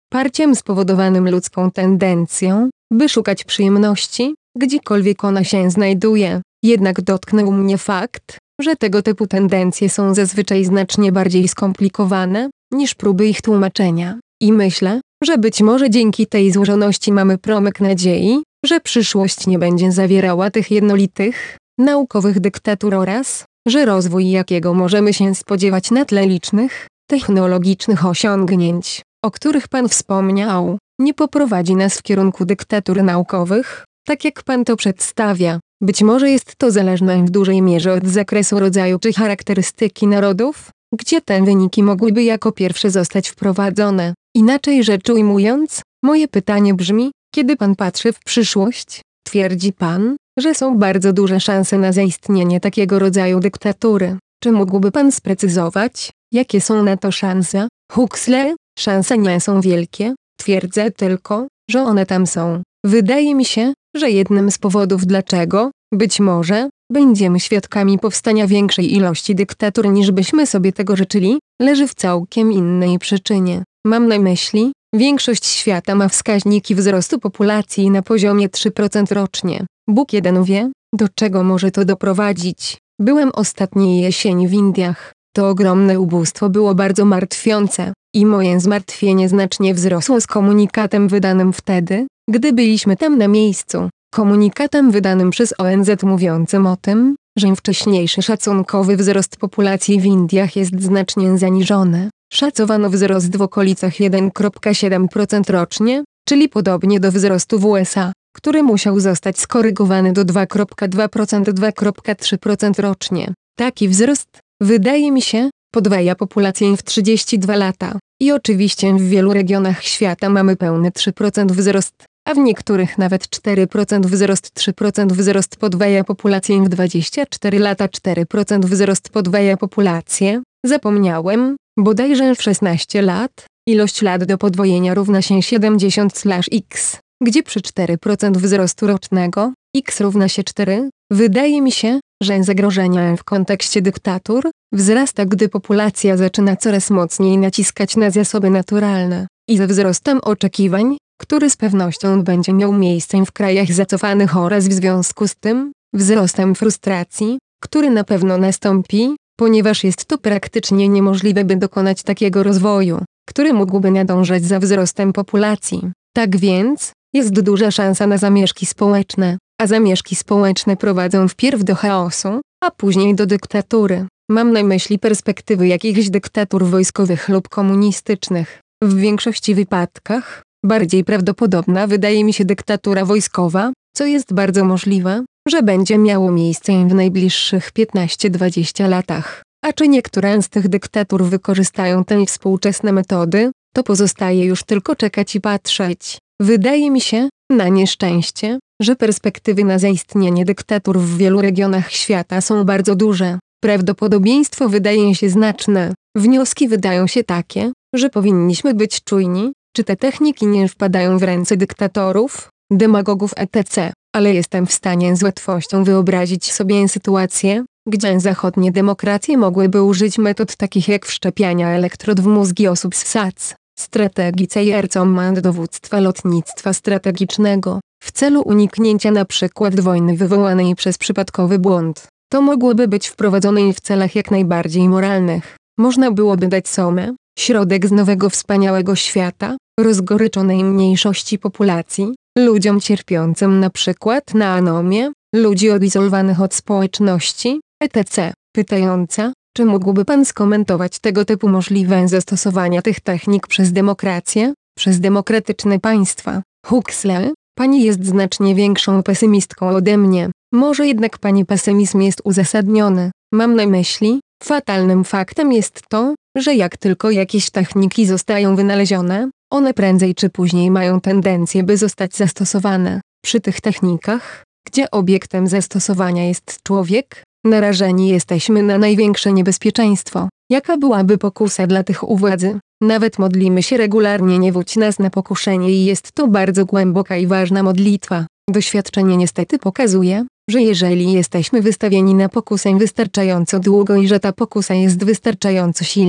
parciem spowodowanym ludzką tendencją, by szukać przyjemności, gdziekolwiek ona się znajduje. Jednak dotknął mnie fakt, że tego typu tendencje są zazwyczaj znacznie bardziej skomplikowane, niż próby ich tłumaczenia. I myślę, że być może dzięki tej złożoności mamy promyk nadziei, że przyszłość nie będzie zawierała tych jednolitych, naukowych dyktatur oraz, że rozwój jakiego możemy się spodziewać na tle licznych, technologicznych osiągnięć, o których Pan wspomniał, nie poprowadzi nas w kierunku dyktatur naukowych, tak jak Pan to przedstawia. Być może jest to zależne w dużej mierze od zakresu rodzaju czy charakterystyki narodów, gdzie te wyniki mogłyby jako pierwsze zostać wprowadzone. Inaczej rzecz ujmując, moje pytanie brzmi, kiedy Pan patrzy w przyszłość, twierdzi Pan, że są bardzo duże szanse na zaistnienie takiego rodzaju dyktatury. Czy mógłby Pan sprecyzować, jakie są na to szanse? Huxley, szanse nie są wielkie, twierdzę tylko, że one tam są. Wydaje mi się, że jednym z powodów dlaczego, być może, będziemy świadkami powstania większej ilości dyktatur niż byśmy sobie tego życzyli, leży w całkiem innej przyczynie. Mam na myśli, większość świata ma wskaźniki wzrostu populacji na poziomie trzy procent rocznie. Bóg jeden wie, do czego może to doprowadzić. Byłem ostatniej jesieni w Indiach. To ogromne ubóstwo było bardzo martwiące i moje zmartwienie znacznie wzrosło z komunikatem wydanym wtedy, gdy byliśmy tam na miejscu. Komunikatem wydanym przez O N Z mówiącym o tym, że wcześniejszy szacunkowy wzrost populacji w Indiach jest znacznie zaniżony. Szacowano wzrost w okolicach jeden przecinek siedem procent rocznie, czyli podobnie do wzrostu w U S A, który musiał zostać skorygowany do dwa przecinek dwa procent do dwa przecinek trzy procent rocznie. Taki wzrost, wydaje mi się, podwaja populację w trzydzieści dwa lata. I oczywiście w wielu regionach świata mamy pełny trzy procent wzrost, a w niektórych nawet cztery procent wzrost. trzy procent wzrost podwaja populację w dwadzieścia cztery lata. cztery procent wzrost podwaja populację, zapomniałem, bodajże w szesnaście lat, ilość lat do podwojenia równa się siedemdziesiąt x, gdzie przy cztery procent wzrostu rocznego, x równa się cztery, wydaje mi się, że zagrożenie w kontekście dyktatur wzrasta, gdy populacja zaczyna coraz mocniej naciskać na zasoby naturalne i ze wzrostem oczekiwań, który z pewnością będzie miał miejsce w krajach zacofanych oraz w związku z tym, wzrostem frustracji, który na pewno nastąpi, ponieważ jest to praktycznie niemożliwe, by dokonać takiego rozwoju, który mógłby nadążać za wzrostem populacji. Tak więc, jest duża szansa na zamieszki społeczne, a zamieszki społeczne prowadzą wpierw do chaosu, a później do dyktatury. Mam na myśli perspektywy jakichś dyktatur wojskowych lub komunistycznych. W większości wypadkach, bardziej prawdopodobna wydaje mi się dyktatura wojskowa, co jest bardzo możliwe, że będzie miało miejsce w najbliższych piętnastu do dwudziestu latach. A czy niektóre z tych dyktatur wykorzystają te współczesne metody, to pozostaje już tylko czekać i patrzeć. Wydaje mi się, na nieszczęście, że perspektywy na zaistnienie dyktatur w wielu regionach świata są bardzo duże. Prawdopodobieństwo wydaje się znaczne. Wnioski wydają się takie, że powinniśmy być czujni, czy te techniki nie wpadają w ręce dyktatorów, demagogów et cetera. Ale jestem w stanie z łatwością wyobrazić sobie sytuację, gdzie zachodnie demokracje mogłyby użyć metod takich jak wszczepiania elektrod w mózgi osób z S A C, strategii C I R Command dowództwa lotnictwa strategicznego, w celu uniknięcia np. wojny wywołanej przez przypadkowy błąd. To mogłoby być wprowadzone w celach jak najbardziej moralnych. Można byłoby dać S O M E, środek z nowego wspaniałego świata, rozgoryczonej mniejszości populacji, ludziom cierpiącym na przykład na anomię, ludzi odizolowanych od społeczności, et cetera. Pytająca, czy mógłby Pan skomentować tego typu możliwe zastosowania tych technik przez demokrację, przez demokratyczne państwa? Huxley, Pani jest znacznie większą pesymistką ode mnie. Może jednak Pani pesymizm jest uzasadniony. Mam na myśli, fatalnym faktem jest to, że jak tylko jakieś techniki zostają wynalezione, one prędzej czy później mają tendencję, by zostać zastosowane. Przy tych technikach, gdzie obiektem zastosowania jest człowiek, narażeni jesteśmy na największe niebezpieczeństwo. Jaka byłaby pokusa dla tych u władzy? Nawet modlimy się regularnie, nie wódź nas na pokuszenie, i jest to bardzo głęboka i ważna modlitwa. Doświadczenie niestety pokazuje, że jeżeli jesteśmy wystawieni na pokusę wystarczająco długo i że ta pokusa jest wystarczająco silna,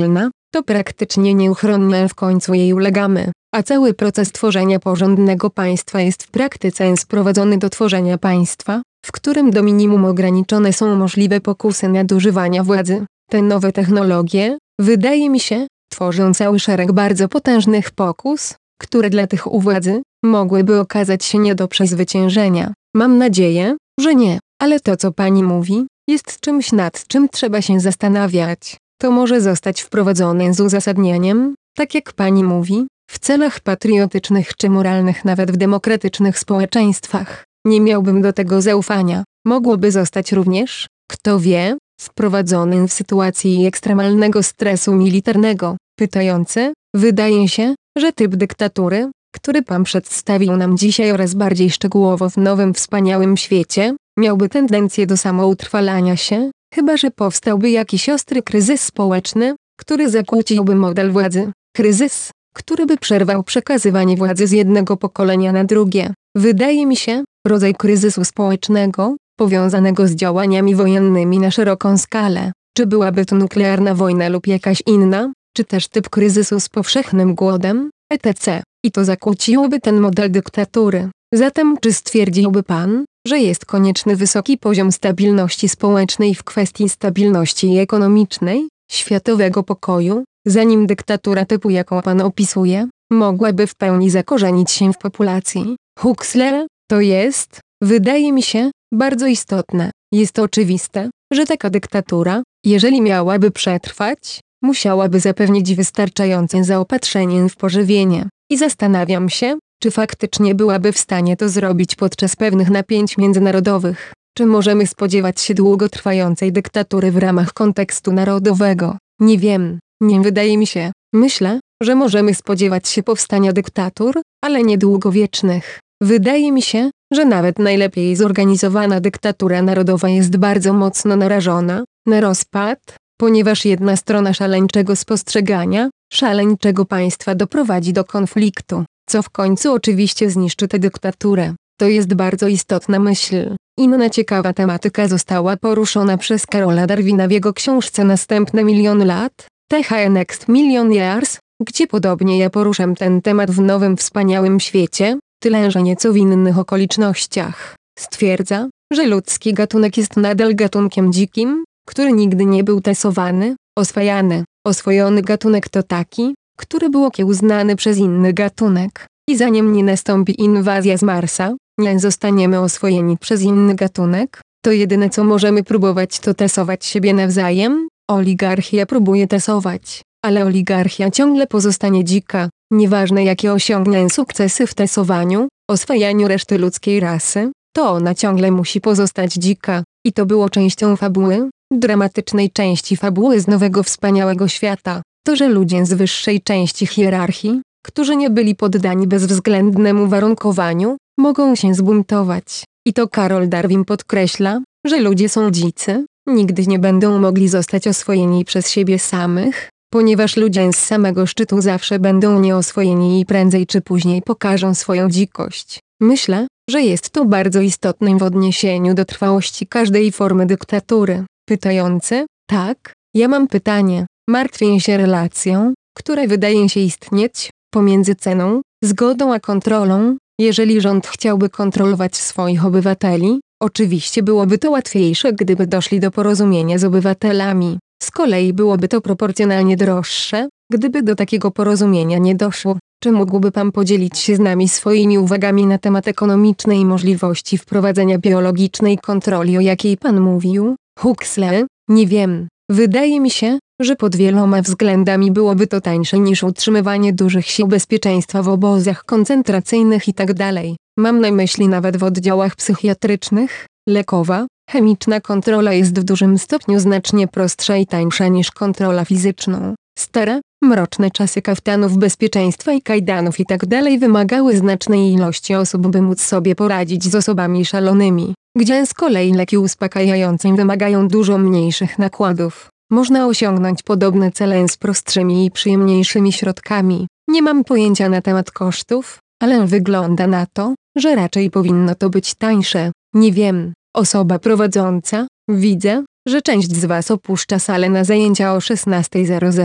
to praktycznie nieuchronne w końcu jej ulegamy, a cały proces tworzenia porządnego państwa jest w praktyce sprowadzony do tworzenia państwa, w którym do minimum ograniczone są możliwe pokusy nadużywania władzy. Te nowe technologie, wydaje mi się, tworzą cały szereg bardzo potężnych pokus, które dla tych u władzy mogłyby okazać się nie do przezwyciężenia. Mam nadzieję, że nie, ale to co pani mówi, jest czymś nad czym trzeba się zastanawiać. To może zostać wprowadzone z uzasadnieniem, tak jak pani mówi, w celach patriotycznych czy moralnych nawet w demokratycznych społeczeństwach. Nie miałbym do tego zaufania. Mogłoby zostać również, kto wie, wprowadzonym w sytuacji ekstremalnego stresu militarnego. Pytający, wydaje się, że typ dyktatury, który pan przedstawił nam dzisiaj oraz bardziej szczegółowo w nowym wspaniałym świecie, miałby tendencję do samoutrwalania się, chyba że powstałby jakiś ostry kryzys społeczny, który zakłóciłby model władzy. Kryzys, który by przerwał przekazywanie władzy z jednego pokolenia na drugie. Wydaje mi się, rodzaj kryzysu społecznego, powiązanego z działaniami wojennymi na szeroką skalę. Czy byłaby to nuklearna wojna lub jakaś inna, czy też typ kryzysu z powszechnym głodem, et cetera. I to zakłóciłoby ten model dyktatury. Zatem czy stwierdziłby pan, że jest konieczny wysoki poziom stabilności społecznej w kwestii stabilności ekonomicznej, światowego pokoju, zanim dyktatura typu jaką pan opisuje, mogłaby w pełni zakorzenić się w populacji? Huxley, to jest, wydaje mi się, bardzo istotne. Jest oczywiste, że taka dyktatura, jeżeli miałaby przetrwać, musiałaby zapewnić wystarczające zaopatrzenie w pożywienie. I zastanawiam się, czy faktycznie byłaby w stanie to zrobić podczas pewnych napięć międzynarodowych. Czy możemy spodziewać się długotrwającej dyktatury w ramach kontekstu narodowego? Nie wiem, nie wydaje mi się. Myślę, że możemy spodziewać się powstania dyktatur, ale nie długowiecznych. Wydaje mi się, że nawet najlepiej zorganizowana dyktatura narodowa jest bardzo mocno narażona na rozpad, ponieważ jedna strona szaleńczego spostrzegania, szaleńczego państwa doprowadzi do konfliktu, co w końcu oczywiście zniszczy tę dyktaturę. To jest bardzo istotna myśl. Inna ciekawa tematyka została poruszona przez Karola Darwina w jego książce Następne milion lat, The Next Million Years, gdzie podobnie ja poruszam ten temat w nowym wspaniałym świecie, tyle że nieco w innych okolicznościach. Stwierdza, że ludzki gatunek jest nadal gatunkiem dzikim, który nigdy nie był tesowany, oswajany. Oswojony gatunek to taki, który był okiełznany przez inny gatunek. I zanim nie nastąpi inwazja z Marsa, nie zostaniemy oswojeni przez inny gatunek, to jedyne co możemy próbować to tesować siebie nawzajem. Oligarchia próbuje tesować, ale oligarchia ciągle pozostanie dzika. Nieważne jakie osiągnie sukcesy w tesowaniu, oswajaniu reszty ludzkiej rasy, to ona ciągle musi pozostać dzika. I to było częścią fabuły, dramatycznej części fabuły z nowego wspaniałego świata. To, że ludzie z wyższej części hierarchii, którzy nie byli poddani bezwzględnemu warunkowaniu, mogą się zbuntować. I to Karol Darwin podkreśla, że ludzie są dzicy, nigdy nie będą mogli zostać oswojeni przez siebie samych, ponieważ ludzie z samego szczytu zawsze będą nieoswojeni i prędzej czy później pokażą swoją dzikość. Myślę, że jest to bardzo istotne w odniesieniu do trwałości każdej formy dyktatury. Pytający, tak, ja mam pytanie. Martwię się relacją, która wydaje się istnieć, pomiędzy ceną, zgodą a kontrolą. Jeżeli rząd chciałby kontrolować swoich obywateli, oczywiście byłoby to łatwiejsze, gdyby doszli do porozumienia z obywatelami. Z kolei byłoby to proporcjonalnie droższe, gdyby do takiego porozumienia nie doszło. Czy mógłby pan podzielić się z nami swoimi uwagami na temat ekonomicznej możliwości wprowadzenia biologicznej kontroli, o jakiej pan mówił? Huxley, nie wiem. Wydaje mi się, że pod wieloma względami byłoby to tańsze niż utrzymywanie dużych sił bezpieczeństwa w obozach koncentracyjnych itd. Mam na myśli nawet w oddziałach psychiatrycznych. Lekowa, chemiczna kontrola jest w dużym stopniu znacznie prostsza i tańsza niż kontrola fizyczną. Stare, mroczne czasy kaftanów bezpieczeństwa i kajdanów itd. wymagały znacznej ilości osób, by móc sobie poradzić z osobami szalonymi, gdzie z kolei leki uspokajające wymagają dużo mniejszych nakładów. Można osiągnąć podobne cele z prostszymi i przyjemniejszymi środkami. Nie mam pojęcia na temat kosztów, ale wygląda na to, że raczej powinno to być tańsze. Nie wiem. Osoba prowadząca, widzę, że część z was opuszcza salę na zajęcia o szesnastej zero zero.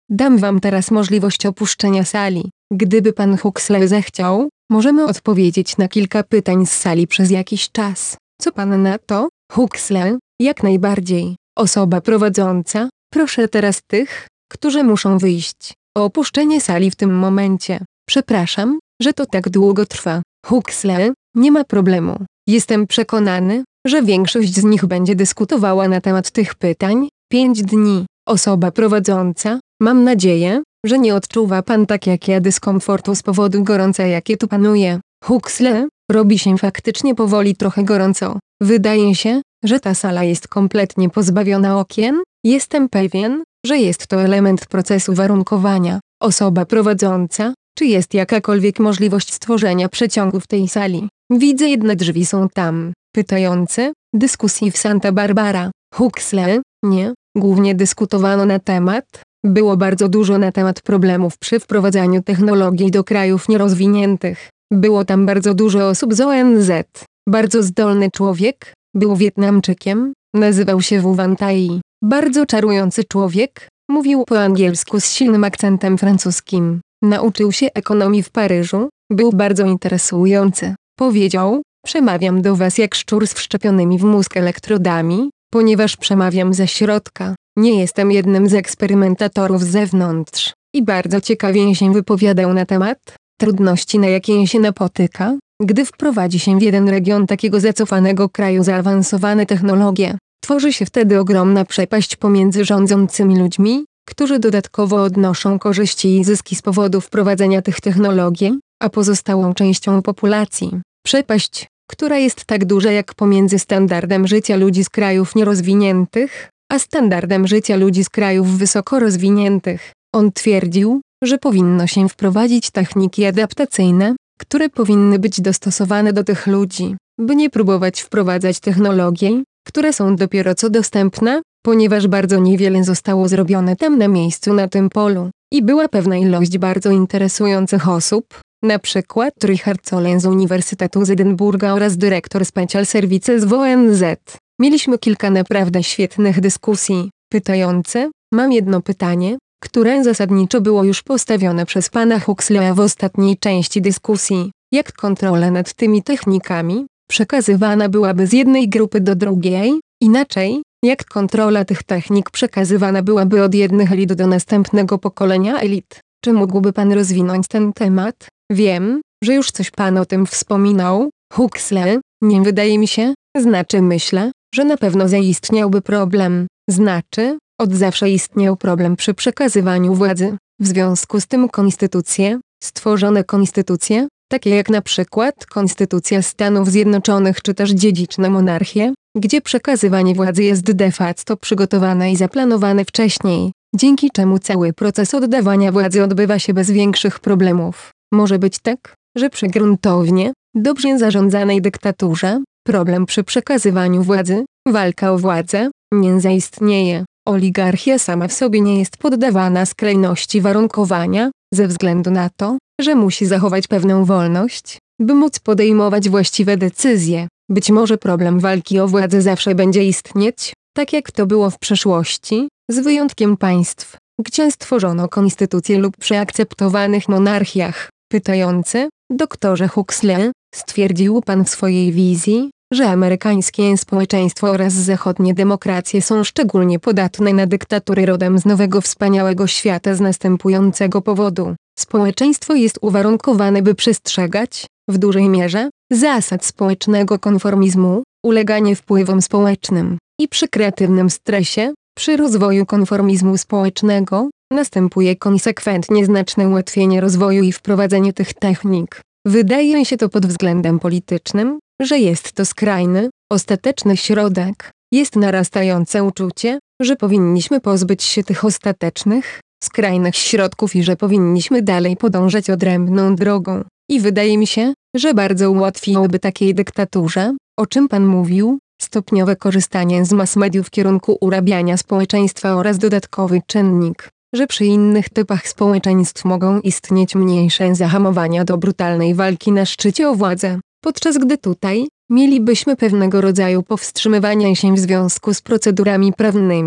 Dam wam teraz możliwość opuszczenia sali. Gdyby pan Huxley zechciał, możemy odpowiedzieć na kilka pytań z sali przez jakiś czas. Co pan na to, Huxley? Jak najbardziej. Osoba prowadząca, proszę teraz tych, którzy muszą wyjść, o opuszczenie sali w tym momencie. Przepraszam, że to tak długo trwa. Huxley, nie ma problemu. Jestem przekonany, że większość z nich będzie dyskutowała na temat tych pytań. Pięć dni. Osoba prowadząca, mam nadzieję, że nie odczuwa pan tak jak ja dyskomfortu z powodu gorąca jakie tu panuje. Huxley, robi się faktycznie powoli trochę gorąco. Wydaje się, że ta sala jest kompletnie pozbawiona okien. Jestem pewien, że jest to element procesu warunkowania. Osoba prowadząca, czy jest jakakolwiek możliwość stworzenia przeciągu w tej sali? Widzę jedne drzwi są tam. Pytający, dyskusji w Santa Barbara. Huxley, nie, głównie dyskutowano na temat, było bardzo dużo na temat problemów przy wprowadzaniu technologii do krajów nierozwiniętych. Było tam bardzo dużo osób z O N Z. Bardzo zdolny człowiek, był Wietnamczykiem, nazywał się Wu Van Tai. Bardzo czarujący człowiek, mówił po angielsku z silnym akcentem francuskim. Nauczył się ekonomii w Paryżu, był bardzo interesujący. Powiedział, przemawiam do was jak szczur z wszczepionymi w mózg elektrodami, ponieważ przemawiam ze środka. Nie jestem jednym z eksperymentatorów z zewnątrz. I bardzo ciekawie się wypowiadał na temat trudności, na jakie się napotyka, gdy wprowadzi się w jeden region takiego zacofanego kraju zaawansowane technologie. Tworzy się wtedy ogromna przepaść pomiędzy rządzącymi ludźmi, którzy dodatkowo odnoszą korzyści i zyski z powodu wprowadzenia tych technologii, a pozostałą częścią populacji. Przepaść, która jest tak duża jak pomiędzy standardem życia ludzi z krajów nierozwiniętych, a standardem życia ludzi z krajów wysoko rozwiniętych. On twierdził, że powinno się wprowadzić techniki adaptacyjne, które powinny być dostosowane do tych ludzi, by nie próbować wprowadzać technologie, które są dopiero co dostępne, ponieważ bardzo niewiele zostało zrobione tam na miejscu na tym polu. I była pewna ilość bardzo interesujących osób, na przykład Richard Solem z Uniwersytetu z Edynburga oraz dyrektor Special Services w O N Z. Mieliśmy kilka naprawdę świetnych dyskusji. Pytający, mam jedno pytanie, które zasadniczo było już postawione przez pana Huxleya w ostatniej części dyskusji. Jak kontrola nad tymi technikami przekazywana byłaby z jednej grupy do drugiej? Inaczej, jak kontrola tych technik przekazywana byłaby od jednych elit do następnego pokolenia elit? Czy mógłby pan rozwinąć ten temat? Wiem, że już coś pan o tym wspominał, Huxley, nie wydaje mi się, znaczy myślę, że na pewno zaistniałby problem. Znaczy, od zawsze istniał problem przy przekazywaniu władzy. W związku z tym konstytucje, stworzone konstytucje, takie jak na przykład Konstytucja Stanów Zjednoczonych czy też dziedziczne monarchie, gdzie przekazywanie władzy jest de facto przygotowane i zaplanowane wcześniej, dzięki czemu cały proces oddawania władzy odbywa się bez większych problemów. Może być tak, że przy gruntownie, dobrze zarządzanej dyktaturze, problem przy przekazywaniu władzy, walka o władzę, nie zaistnieje. Oligarchia sama w sobie nie jest poddawana skrajności warunkowania, ze względu na to, że musi zachować pewną wolność, by móc podejmować właściwe decyzje. Być może problem walki o władzę zawsze będzie istnieć, tak jak to było w przeszłości, z wyjątkiem państw, gdzie stworzono konstytucje lub przy akceptowanych monarchiach. Pytający, doktorze Huxley, stwierdził pan w swojej wizji, że amerykańskie społeczeństwo oraz zachodnie demokracje są szczególnie podatne na dyktatury rodem z nowego wspaniałego świata z następującego powodu. Społeczeństwo jest uwarunkowane, by przestrzegać, w dużej mierze, zasad społecznego konformizmu, uleganie wpływom społecznym. I przy kreatywnym stresie, przy rozwoju konformizmu społecznego, następuje konsekwentnie znaczne ułatwienie rozwoju i wprowadzenie tych technik. Wydaje się to pod względem politycznym, że jest to skrajny, ostateczny środek. Jest narastające uczucie, że powinniśmy pozbyć się tych ostatecznych, skrajnych środków i że powinniśmy dalej podążać odrębną drogą. I wydaje mi się, że bardzo ułatwiłoby takiej dyktaturze, o czym pan mówił, stopniowe korzystanie z mass mediów w kierunku urabiania społeczeństwa oraz dodatkowy czynnik, że przy innych typach społeczeństw mogą istnieć mniejsze zahamowania do brutalnej walki na szczycie o władzę, podczas gdy tutaj mielibyśmy pewnego rodzaju powstrzymywania się w związku z procedurami prawnymi,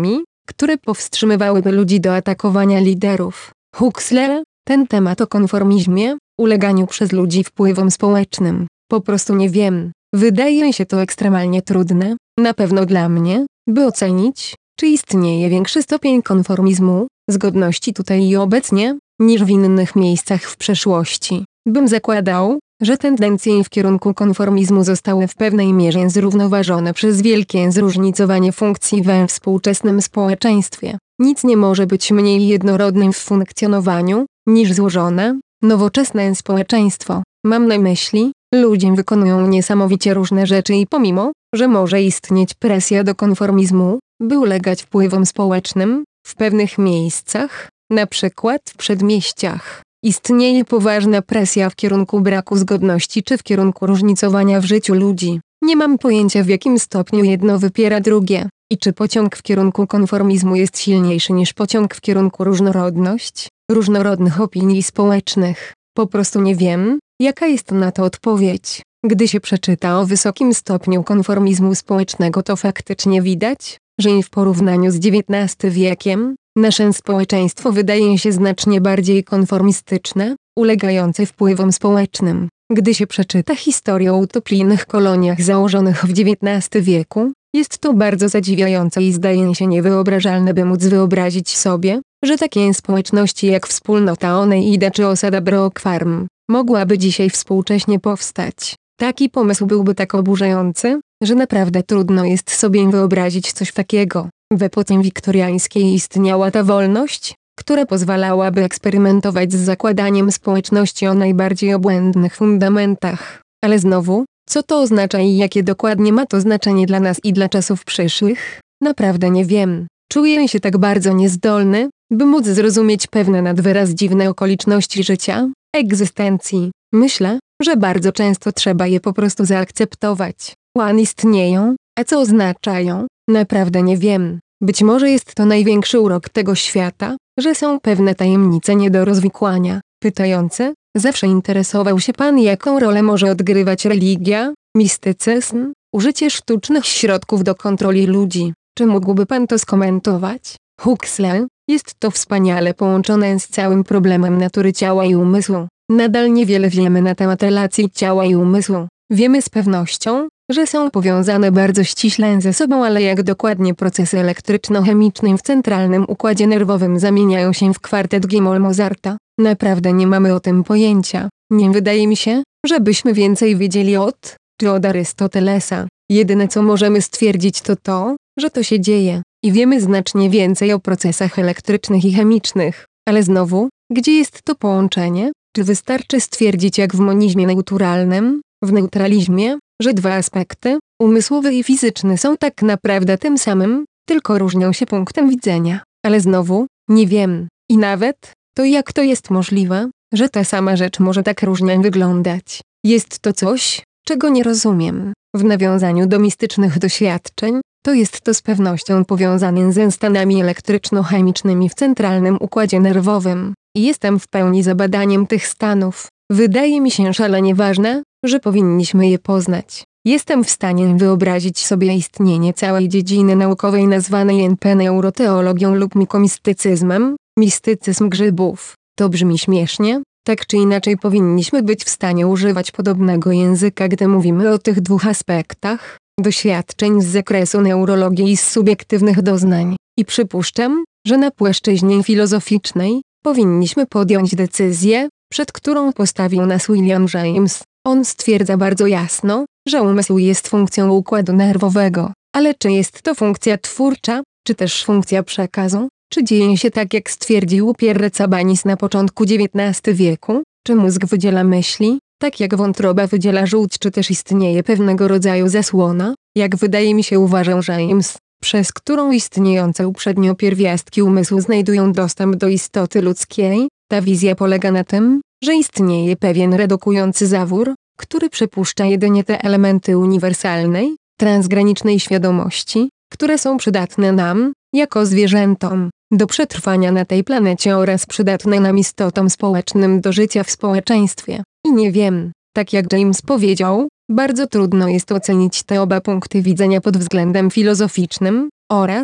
które powstrzymywałyby ludzi do atakowania liderów. Huxley, ten temat o konformizmie, uleganiu przez ludzi wpływom społecznym. Po prostu nie wiem. Wydaje mi się to ekstremalnie trudne, na pewno dla mnie, by ocenić, czy istnieje większy stopień konformizmu, zgodności tutaj i obecnie, niż w innych miejscach w przeszłości. Bym zakładał, że tendencje w kierunku konformizmu zostały w pewnej mierze zrównoważone przez wielkie zróżnicowanie funkcji we współczesnym społeczeństwie. Nic nie może być mniej jednorodnym w funkcjonowaniu, niż złożone, nowoczesne społeczeństwo. Mam na myśli, ludzie wykonują niesamowicie różne rzeczy i pomimo, że może istnieć presja do konformizmu, by ulegać wpływom społecznym, w pewnych miejscach, na przykład w przedmieściach, istnieje poważna presja w kierunku braku zgodności czy w kierunku różnicowania w życiu ludzi. Nie mam pojęcia, w jakim stopniu jedno wypiera drugie i czy pociąg w kierunku konformizmu jest silniejszy niż pociąg w kierunku różnorodność, różnorodnych opinii społecznych. Po prostu nie wiem, jaka jest na to odpowiedź. Gdy się przeczyta o wysokim stopniu konformizmu społecznego, to faktycznie widać, że i w porównaniu z dziewiętnastym wiekiem, nasze społeczeństwo wydaje się znacznie bardziej konformistyczne, ulegające wpływom społecznym. Gdy się przeczyta historię o utopijnych koloniach założonych w dziewiętnastym wieku, jest to bardzo zadziwiające i zdaje się niewyobrażalne, by móc wyobrazić sobie, że takie społeczności jak wspólnota Oneida czy osada Brook Farm mogłaby dzisiaj współcześnie powstać. Taki pomysł byłby tak oburzający, że naprawdę trudno jest sobie wyobrazić coś takiego. W epoce wiktoriańskiej istniała ta wolność, która pozwalałaby eksperymentować z zakładaniem społeczności o najbardziej obłędnych fundamentach. Ale znowu, co to oznacza i jakie dokładnie ma to znaczenie dla nas i dla czasów przyszłych? Naprawdę nie wiem. Czuję się tak bardzo niezdolny, by móc zrozumieć pewne nad wyraz dziwne okoliczności życia, egzystencji. Myślę, że bardzo często trzeba je po prostu zaakceptować. One istnieją, a co oznaczają? Naprawdę nie wiem. Być może jest to największy urok tego świata, że są pewne tajemnice nie do rozwikłania. Pytający, zawsze interesował się pan, jaką rolę może odgrywać religia, mistycyzm, użycie sztucznych środków do kontroli ludzi. Czy mógłby pan to skomentować? Huxley, jest to wspaniale połączone z całym problemem natury ciała i umysłu. Nadal niewiele wiemy na temat relacji ciała i umysłu. Wiemy z pewnością, że są powiązane bardzo ściśle ze sobą, ale jak dokładnie procesy elektryczno-chemiczne w centralnym układzie nerwowym zamieniają się w kwartet G-moll Mozarta, naprawdę nie mamy o tym pojęcia. Nie wydaje mi się, żebyśmy więcej wiedzieli od, czy od Arystotelesa. Jedyne co możemy stwierdzić to to, że to się dzieje. I wiemy znacznie więcej o procesach elektrycznych i chemicznych. Ale znowu, gdzie jest to połączenie? Czy wystarczy stwierdzić jak w monizmie neutralnym, w neutralizmie, że dwa aspekty, umysłowy i fizyczny, są tak naprawdę tym samym, tylko różnią się punktem widzenia. Ale znowu, nie wiem. I nawet, to jak to jest możliwe, że ta sama rzecz może tak różnie wyglądać. Jest to coś, czego nie rozumiem. W nawiązaniu do mistycznych doświadczeń, to jest to z pewnością powiązane ze stanami elektryczno-chemicznymi w centralnym układzie nerwowym. I jestem w pełni za badaniem tych stanów. Wydaje mi się szalenie ważne, że powinniśmy je poznać. Jestem w stanie wyobrazić sobie istnienie całej dziedziny naukowej nazwanej N P neuroteologią lub mikomistycyzmem, mistycyzm grzybów. To brzmi śmiesznie, tak czy inaczej powinniśmy być w stanie używać podobnego języka, gdy mówimy o tych dwóch aspektach, doświadczeń z zakresu neurologii i z subiektywnych doznań. I przypuszczam, że na płaszczyźnie filozoficznej powinniśmy podjąć decyzję, przed którą postawił nas William James. On stwierdza bardzo jasno, że umysł jest funkcją układu nerwowego. Ale czy jest to funkcja twórcza, czy też funkcja przekazu? Czy dzieje się tak, jak stwierdził Pierre Cabanis na początku dziewiętnastego wieku? Czy mózg wydziela myśli, tak jak wątroba wydziela żółć, czy też istnieje pewnego rodzaju zasłona, jak wydaje mi się uważał James, przez którą istniejące uprzednio pierwiastki umysłu znajdują dostęp do istoty ludzkiej? Ta wizja polega na tym, że istnieje pewien redukujący zawór, który przypuszcza jedynie te elementy uniwersalnej, transgranicznej świadomości, które są przydatne nam, jako zwierzętom, do przetrwania na tej planecie oraz przydatne nam istotom społecznym do życia w społeczeństwie. I nie wiem, tak jak James powiedział, bardzo trudno jest ocenić te oba punkty widzenia pod względem filozoficznym, oraz,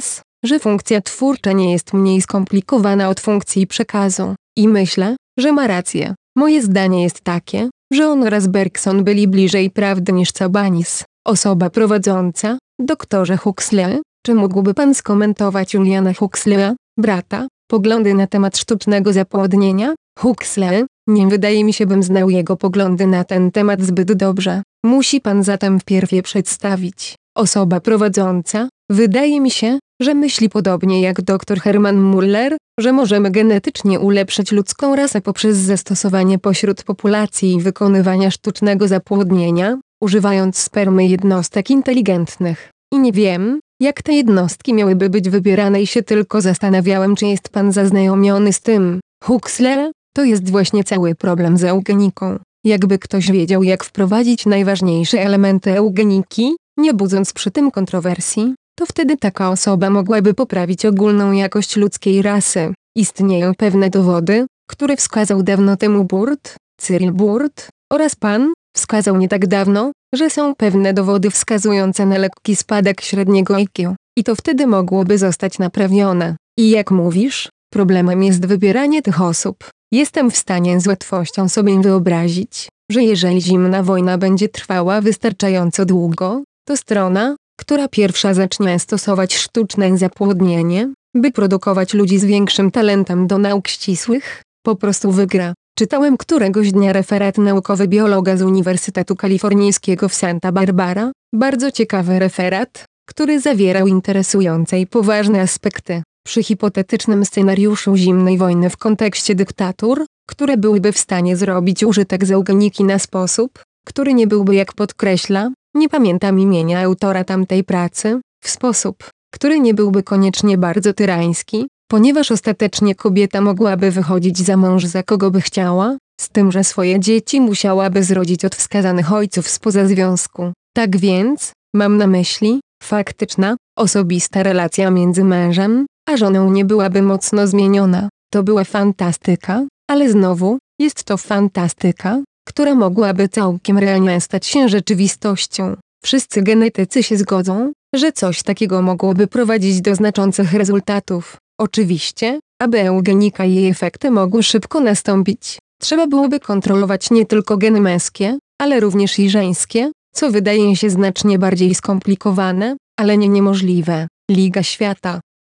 że funkcja twórcza nie jest mniej skomplikowana od funkcji przekazu. I myślę, że ma rację. Moje zdanie jest takie, że on oraz Bergson byli bliżej prawdy niż Cabanis. Osoba prowadząca, doktorze Huxley, czy mógłby pan skomentować Juliana Huxleya, brata, poglądy na temat sztucznego zapłodnienia? Huxley, nie wydaje mi się, bym znał jego poglądy na ten temat zbyt dobrze. Musi pan zatem wpierw je przedstawić. Osoba prowadząca, wydaje mi się, że myśli podobnie jak dr Hermann Muller, że możemy genetycznie ulepszyć ludzką rasę poprzez zastosowanie pośród populacji i wykonywania sztucznego zapłodnienia, używając spermy jednostek inteligentnych. I nie wiem, jak te jednostki miałyby być wybierane i się tylko zastanawiałem, czy jest pan zaznajomiony z tym. Huxley, to jest właśnie cały problem z eugeniką. Jakby ktoś wiedział, jak wprowadzić najważniejsze elementy eugeniki, nie budząc przy tym kontrowersji, to wtedy taka osoba mogłaby poprawić ogólną jakość ludzkiej rasy. Istnieją pewne dowody, które wskazał dawno temu Burt, Cyril Burt, oraz pan, wskazał nie tak dawno, że są pewne dowody wskazujące na lekki spadek średniego I Q. I to wtedy mogłoby zostać naprawione. I jak mówisz, problemem jest wybieranie tych osób. Jestem w stanie z łatwością sobie wyobrazić, że jeżeli zimna wojna będzie trwała wystarczająco długo, to strona, która pierwsza zacznie stosować sztuczne zapłodnienie, by produkować ludzi z większym talentem do nauk ścisłych, po prostu wygra. Czytałem któregoś dnia referat naukowy biologa z Uniwersytetu Kalifornijskiego w Santa Barbara, bardzo ciekawy referat, który zawierał interesujące i poważne aspekty. Przy hipotetycznym scenariuszu zimnej wojny w kontekście dyktatur, które byłyby w stanie zrobić użytek z eugeniki na sposób, który nie byłby, jak podkreśla, nie pamiętam imienia autora tamtej pracy, w sposób, który nie byłby koniecznie bardzo tyrański, ponieważ ostatecznie kobieta mogłaby wychodzić za mąż za kogo by chciała, z tym, że swoje dzieci musiałaby zrodzić od wskazanych ojców spoza związku. Tak więc, mam na myśli, faktyczna, osobista relacja między mężem a żoną nie byłaby mocno zmieniona. To była fantastyka, ale znowu, jest to fantastyka, która mogłaby całkiem realnie stać się rzeczywistością. Wszyscy genetycy się zgodzą, że coś takiego mogłoby prowadzić do znaczących rezultatów. Oczywiście, aby eugenika i jej efekty mogły szybko nastąpić, trzeba byłoby kontrolować nie tylko geny męskie, ale również i żeńskie, co wydaje się znacznie bardziej skomplikowane, ale nie niemożliwe. Liga Świata.